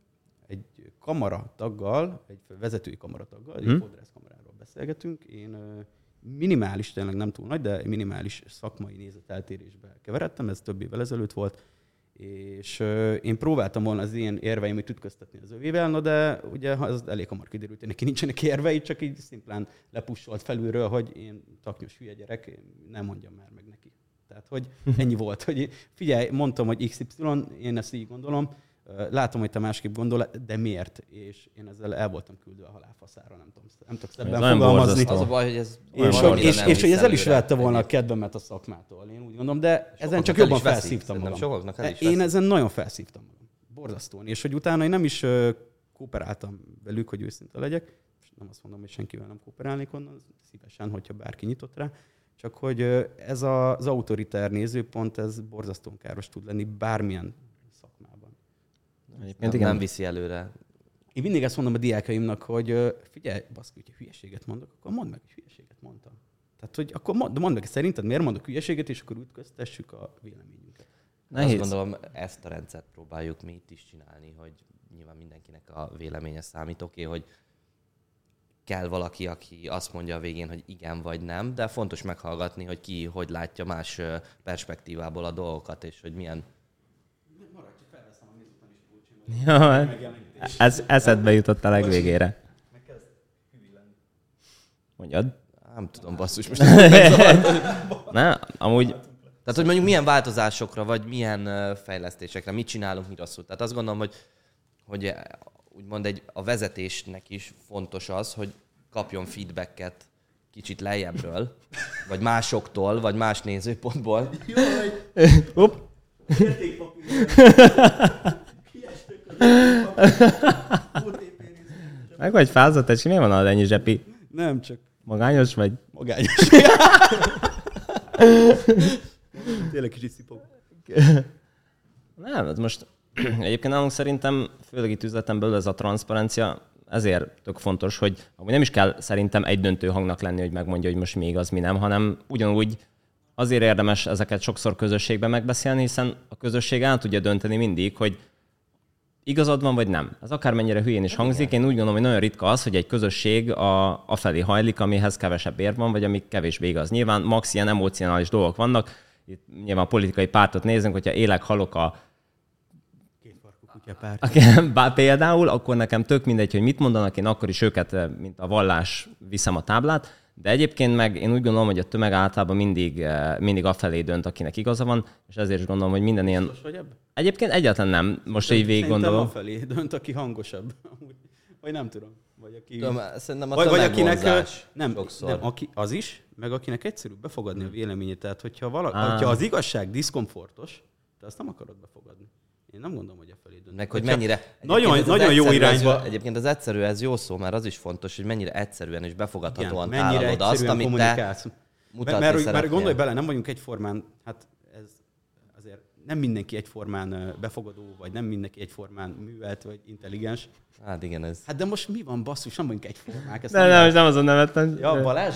kamarataggal, egy vezetői kamarataggal, egy fodrászkamaráról beszélgetünk. Én minimális, tényleg nem túl nagy, de minimális szakmai nézeteltérésbe keveredtem, ez több évvel ezelőtt volt, és én próbáltam volna az ilyen érveimet ütköztetni az övével, de ugye az elég hamar kiderült, hogy neki nincsenek érvei, csak így szimplán lepussolt felülről, hogy én taknyos hülye gyerek, nem mondjam már meg neki. Tehát, hogy ennyi volt, hogy figyelj, mondtam, hogy XY, én ezt így gondolom, látom, hogy te másképp gondol, de miért? És én ezzel el voltam küldve a halálfaszára, nem tudok szebben fogalmazni. Az a baj, hogy ez... És hogy ez el is vette volna a kedvemet a szakmától, én úgy gondolom, de ezen csak jobban felszívtam magam. Én ezen nagyon felszívtam magam. Borzasztóan. És hogy utána én nem is kooperáltam velük, hogy őszinte legyek, és nem azt mondom, hogy senkivel nem kooperálnék onnan, szívesen, hogyha bárki nyitott rá, csak hogy ez az autoritár nézőpont, ez borzasztóan káros tud lenni bármilyen szakmában. Nem viszi előre. Én mindig ezt mondom a diákaimnak, hogy figyelj, baszki, hogyha hülyeséget mondok, akkor mondd meg, hogy hülyeséget mondtam. Tehát, hogy akkor mondd meg, szerinted miért mondok hülyeséget, és akkor ütköztessük a véleményünket. Azt gondolom, ezt a rendszert próbáljuk mi itt is csinálni, hogy nyilván mindenkinek a véleménye számít, oké, hogy kell valaki, aki azt mondja a végén, hogy igen vagy nem, de fontos meghallgatni, hogy ki hogy látja más perspektívából a dolgokat, és hogy milyen... Ja, ez eszedbe jutott a legvégére. Mondjad? Nem tudom, basszus, most Ne, amúgy... Tehát, hogy mondjuk milyen változásokra, vagy milyen fejlesztésekre, mit csinálunk, mi rosszul. Tehát azt gondolom, hogy úgymond a vezetésnek is fontos az, hogy kapjon feedbacket kicsit lejjebbről, vagy másoktól, vagy más nézőpontból. Hopp! Meg vagy fázott, és miért van ennyi zsepi? Nem, csak Magányos vagy? magányos. Tényleg kicsit szipog. Nem, ez most egyébként nálunk szerintem, főleg itt üzleten belül ez a transzparencia, ezért tök fontos, hogy amúgy nem is kell szerintem egy döntő hangnak lenni, hogy megmondja, hogy most mi igaz, mi nem, hanem ugyanúgy azért érdemes ezeket sokszor közösségben megbeszélni, hiszen a közösség el tudja dönteni mindig, hogy igazad van, vagy nem. Ez akármennyire hülyén is hangzik, én úgy gondolom, hogy nagyon ritka az, hogy egy közösség afelé hajlik, amihez kevesebb ér van, vagy ami kevésbé igaz. Nyilván max ilyen emocionális dolgok vannak, itt nyilván politikai pártot nézünk, hogyha élek, halok a például, akkor nekem tök mindegy, hogy mit mondanak, én akkor is őket, mint a vallás, viszem a táblát, de egyébként meg én úgy gondolom, hogy a tömeg általában mindig afelé dönt, akinek igaza van, és ezért is gondolom, hogy minden ilyen... Egyébként egyáltalán nem, most így végig gondolom. Afelé dönt, aki hangosabb. Vagy nem tudom. Vagy aki... Tudom, szerintem a vagy akinek nem, aki, az is, meg akinek egyszerűbb befogadni a véleményét. Tehát, hogyha az igazság diszkomfortos, te azt nem akarod befogadni. Én nem gondolom, hogy felé dönt. Meg hogy mennyire... Nagyon jó irányba... Egyébként az egyszerű, ez jó szó, mert az is fontos, hogy mennyire egyszerűen és befogadhatóan igen, tálalod azt, amit te mutatni mert gondolj bele, nem vagyunk egyformán, hát ez azért nem mindenki egyformán befogadó, vagy nem mindenki egyformán művelt, vagy intelligens. Hát igen, ez... Hát de most mi van, basszus, nem vagyunk egyformák. Nem, nem azon nevettem. Ja, Balázs?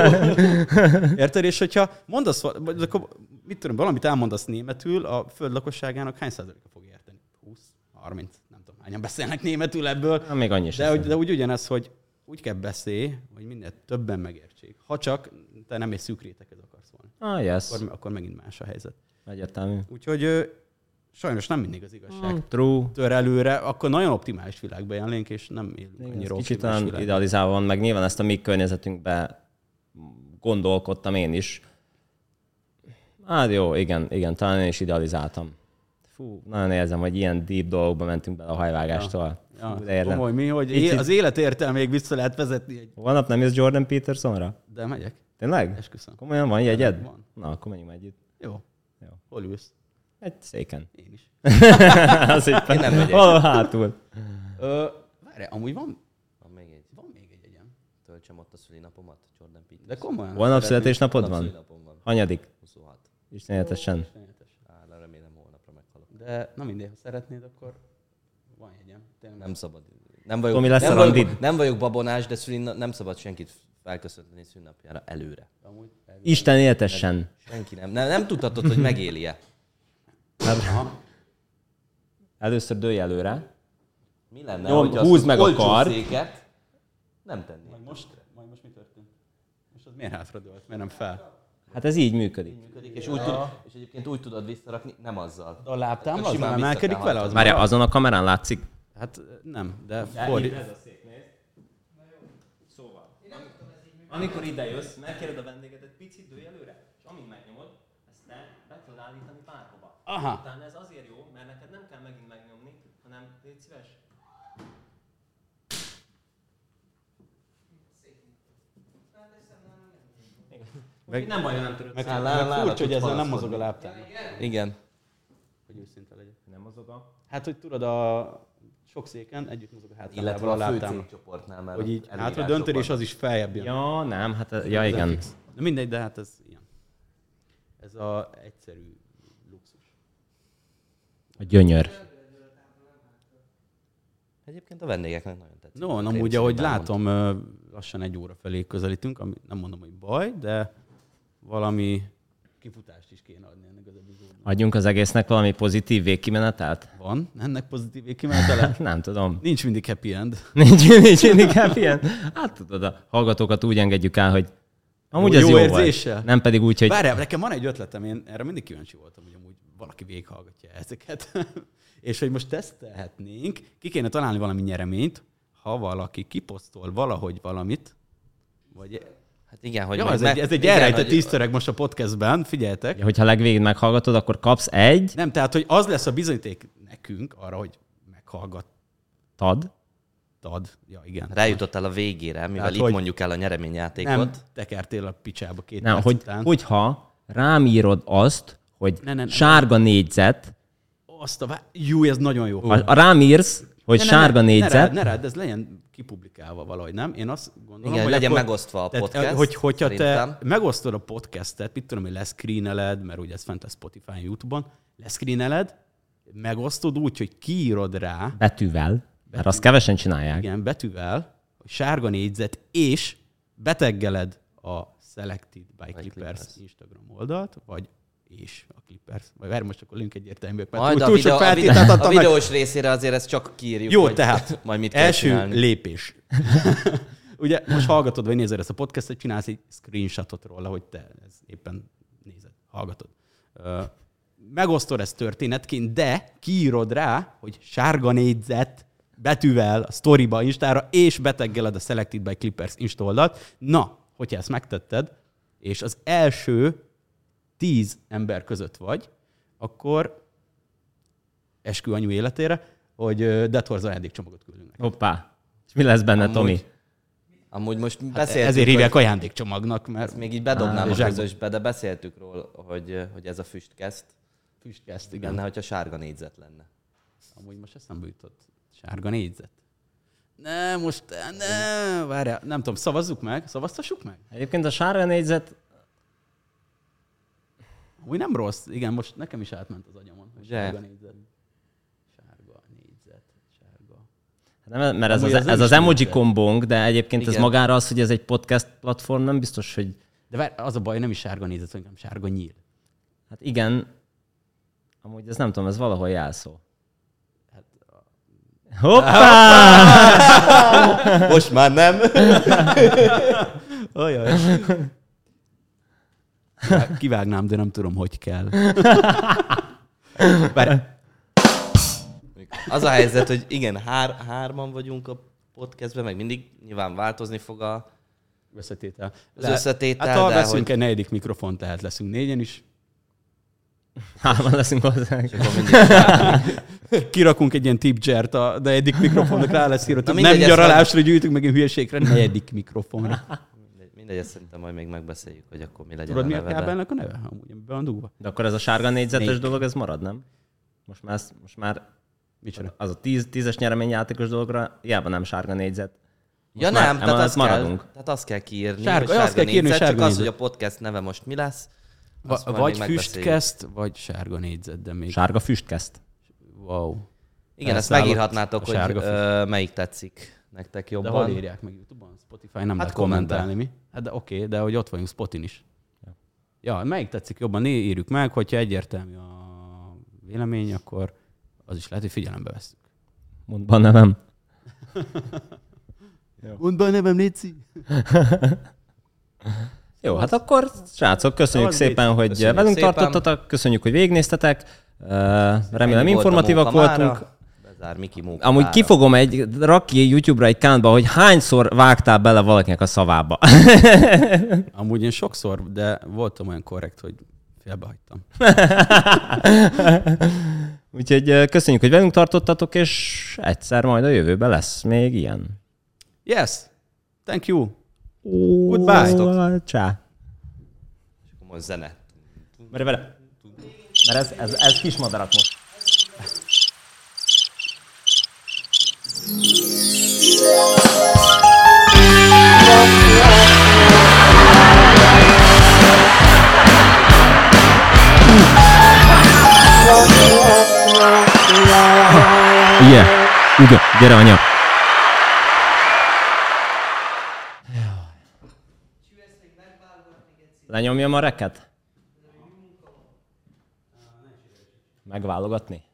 Érted? És hogyha mondasz, vagy akkor, mit tudom, valamit elmondasz németül, a föld lakosságának hány százaléka fog érteni? 20, 30, nem tudom, hányan beszélnek németül ebből. Na, még annyi de úgy ugyanez, hogy úgy kell beszélni, hogy minél többen megértsék. Ha csak te nem egy szűk réteghez akarsz volna. Yes. Akkor megint más a helyzet. Egyértelmű. Úgyhogy sajnos nem mindig az igazság true. tör előre, akkor nagyon optimális világban jelenlénk, és nem élünk annyira kicsit olyan idealizálva van, meg nyilván ezt a mi környezetünkben gondolkodtam én is. Hát jó, igen, talán én is idealizáltam. Fú, nagyon érzem, hogy ilyen deep dolgokba mentünk bele a hajvágástól. Ja, komoly, mi, hogy az élet értelméig vissza lehet vezetni. Holnap nem jössz Jordan Petersonra? De megyek. Tényleg? Esküszöm. Komolyan van jegyed? Van. Na, akkor menjünk együtt. Jó. Hol ülsz? Egy széken. Én is. Az egy Én nem megyek. Valahol hátul. Várj, amúgy van még egy jegyem. Töltsem ott a szülinapomat, Jordan Peterson. De komolyan. Holnap születésnapod Holnap van? szülinapom van. Hanyadik? 26. Istenetesen. Remélem holnapra meghalok. De na mindegy, ha szeretnéd, akkor van jegyem. Tényleg Nem szabad. Tomi lesz a randid? Nem vagyok babonás, de nem szabad senkit felköszönteni szülinapjára előre. Isten éltessen. Senki nem tudhatod, hogy megéli-e. Először dőlj előre. Mi lenne, Jó, hogyha húzd azt meg a olcsó kard. széket nem tennék. Majd most mi történt? Most az miért hátradőlt? Miért nem fel? Hát ez így működik. És egyébként úgy tudod visszarakni, nem azzal. De a lábtámla az Simán nem emelkedik vissza kell vele? Az Várja, azon a kamerán látszik? Hát nem, de Ez a szék, nézd. Szóval, amikor ide jössz, megkéred a vendégedet, picit dőlj előre, és amint megnyomod, ezt te be tudod állítani bárhova. Aha. Utána ez azért jó, mert neked nem kell megint megnyomni, hanem légy szíves. Nem baj, nem tudod. meg furcsa, hogy ezzel nem mozog a lábtámla. Igen. Hogy őszinte legyek. Nem mozog a... Hát, hogy tudod, a sok széken együtt mozog a hátámlával Illetve a a fő lábtámla. cégcsoportnál már. Hogy így hátra döntöd, és az is feljebb jön. Ja, nem, hát ja igen. De mindegy, de hát ez ilyen. Ez a egyszerű luxus. A gyönyör. Egyébként a vendégeknek nagyon tetszik. No, amúgy, ahogy látom, lassan 1 óra felé közelítünk, ami nem mondom, hogy baj, de valami kifutást is kéne adni ennek az epizódnak. Adjunk az egésznek valami pozitív végkimenetelt? Van ennek pozitív végkimenetele? Nem tudom. Nincs mindig happy end. Nincs mindig happy end. Hát tudod, a hallgatókat úgy engedjük el, hogy amúgy ez jó érzéssel. volt. Nem pedig úgy, hogy... Várjál, nekem van egy ötletem, én erre mindig kíváncsi voltam, hogy amúgy valaki végighallgatja ezeket. És hogy most tesztelhetnénk, ki kéne találni valami nyereményt, ha valaki kiposztol valahogy valamit, vagy... Hát igen, hogy... Ja, ez egy elrejtett easter egg most a podcastben, figyeljetek. Ja, hogyha legvégén meghallgatod, akkor kapsz egy... Nem, tehát, hogy az lesz a bizonyíték nekünk arra, hogy meghallgattad. Ja, igen. Rájutottál a végére, mivel tehát, itt hogy mondjuk el a nyereményjátékot. Nem tekertél a picsába 2 Nem, perc után. hogyha rám írod azt, hogy Ne. sárga négyzet, Jó, ez nagyon jó. ha rám írsz, hogy sárga négyzet... Ne rád, ez legyen kipublikálva valahogy, nem? Én azt gondolom, igen, hogy legyen akkor, megosztva a podcast. Tehát, hogyha szerintem. te megosztod a podcastet, mit tudom, hogy leszkríneled, mert ugye ez fent a Spotify-on, YouTube-on, leszkríneled, megosztod úgy, hogy kiírod rá, Betűvel, mert azt kevesen csinálják. igen, betűvel, hogy sárga négyzet, és beteggeled a Selected by Clippers Instagram oldalt, vagy és a Clippers. Vagy várj, most akkor lőnk egyértelműek, mert Majd túl sok feltételt adtam a meg. videós részére azért ezt csak kiírjuk, Jó, hogy tehát majd mit kell első csinálni. lépés. Ugye most hallgatod, vagy nézed ezt a podcastet, csinálsz egy screenshotot róla, hogy te ez éppen nézed, hallgatod. Megosztod ezt történetként, de kiírod rá, hogy sárga négyzet betűvel a storyba, Instára, és beteggeled a Selected by Clippers Insta oldalt. Na, hogyha ezt megtetted, és az első 10 ember között vagy, akkor eskü anyu életére, hogy Dead Horse ajándékcsomagot küldünk neked. Hoppá. És mi lesz benne, Tomi? Amúgy most Hát beszéltük, ezért hívják ajándékcsomagnak, mert... még így bedobnám a zsákba. közösbe, de beszéltük róla, hogy ez a füstkeszt. Füstkezt, igen. Benne, hogyha sárga négyzet lenne. Amúgy most eszembe jutott. Sárga négyzet. Ne, várjál, nem tudom, szavaztassuk meg? Egyébként a sárga négyzet... Úgy nem rossz, igen, most nekem is átment az agyamon. Hogy Ugye? sárga négyzet. Nem, mert Amúgy ez az nem emoji is kombónk, de egyébként ez Igen. magára az, hogy ez egy podcast platform, nem biztos, hogy... De várj, az a baj, nem is sárga négyzet, hanem sárga nyíl. Hát igen, amúgy ez nem tudom, ez valahol jelszó. Hoppá! Most már nem. Ajaj. Kivágnám, de nem tudom, hogy kell. Várj, Az a helyzet, hogy igen, hárman vagyunk a podcastben, meg mindig nyilván változni fog összetétel. az összetétel, Hát ha de veszünk hogy... egy negyedik mikrofon, tehát leszünk 4-en is. Hárman leszünk hozzá. És akkor mindig Kirakunk egy ilyen tip-jert a negyedik mikrofonnak, rá lesz írva, Na nem mindegy, ezt nyaralásra gyűjtünk, meg ilyen hülyeségre, negyedik mikrofonra. mindegy, ezt szerintem majd még megbeszéljük, hogy akkor mi legyen Tudod, a mi a neve. kábelnek a neve? Amúgy be van dugva. De akkor ez a sárga négyzetes Négy. dolog, ez marad, nem? Most már Micsoda? az a 10-es nyereményjátékos dologra hiába nem sárga négyzet. Ja már nem, tehát emellett azt, kell, maradunk. tehát azt kell kiírni, Sárga- hogy azt kell kiírni, négyzet, sárga csak az, négyzet. hogy a podcast neve most mi lesz, azt majd Vagy még megbeszéljük. füstkeszt, vagy sárga négyzet, de még... Sárga füstkeszt. Wow. Igen, ezt Elszállott megírhatnátok, a hogy sárga füst. melyik tetszik nektek De jobban. hol írják meg YouTube-on? Spotify nem lehet kommentben. kommentálni, mi? Hát de oké, de hogy ott vagyunk Spotin is. Ja, melyik tetszik jobban, írjuk meg, hogyha egyértelmű a vélemény, akkor az is lehet, hogy figyelembe vesszük. Mondd be a nevem. Mondd be a nevem, Léci! Jó, hát akkor srácok, köszönjük Szavazz, szépen, hogy Köszönjük velünk szépen. tartottatok, köszönjük, hogy végignéztetek. Remélem Ennyi volt a informatívak munka voltunk. mára. Bezár Miki munka Amúgy mára. kifogom rak ki YouTube-ra egy kántba, hogy hányszor vágtál bele valakinek a szavába. Amúgy én sokszor, de voltam olyan korrekt, hogy félbehagytam. Úgyhogy köszönjük, hogy velünk tartottatok, és egyszer majd a jövőben lesz még ilyen. Yes! Thank you! Goodbye. Csá. És akkor most zene. Merj vele. Mert ez kismadarak most. Igen. Uga, gyere anya. Lenyomjam a reket? megválogatni?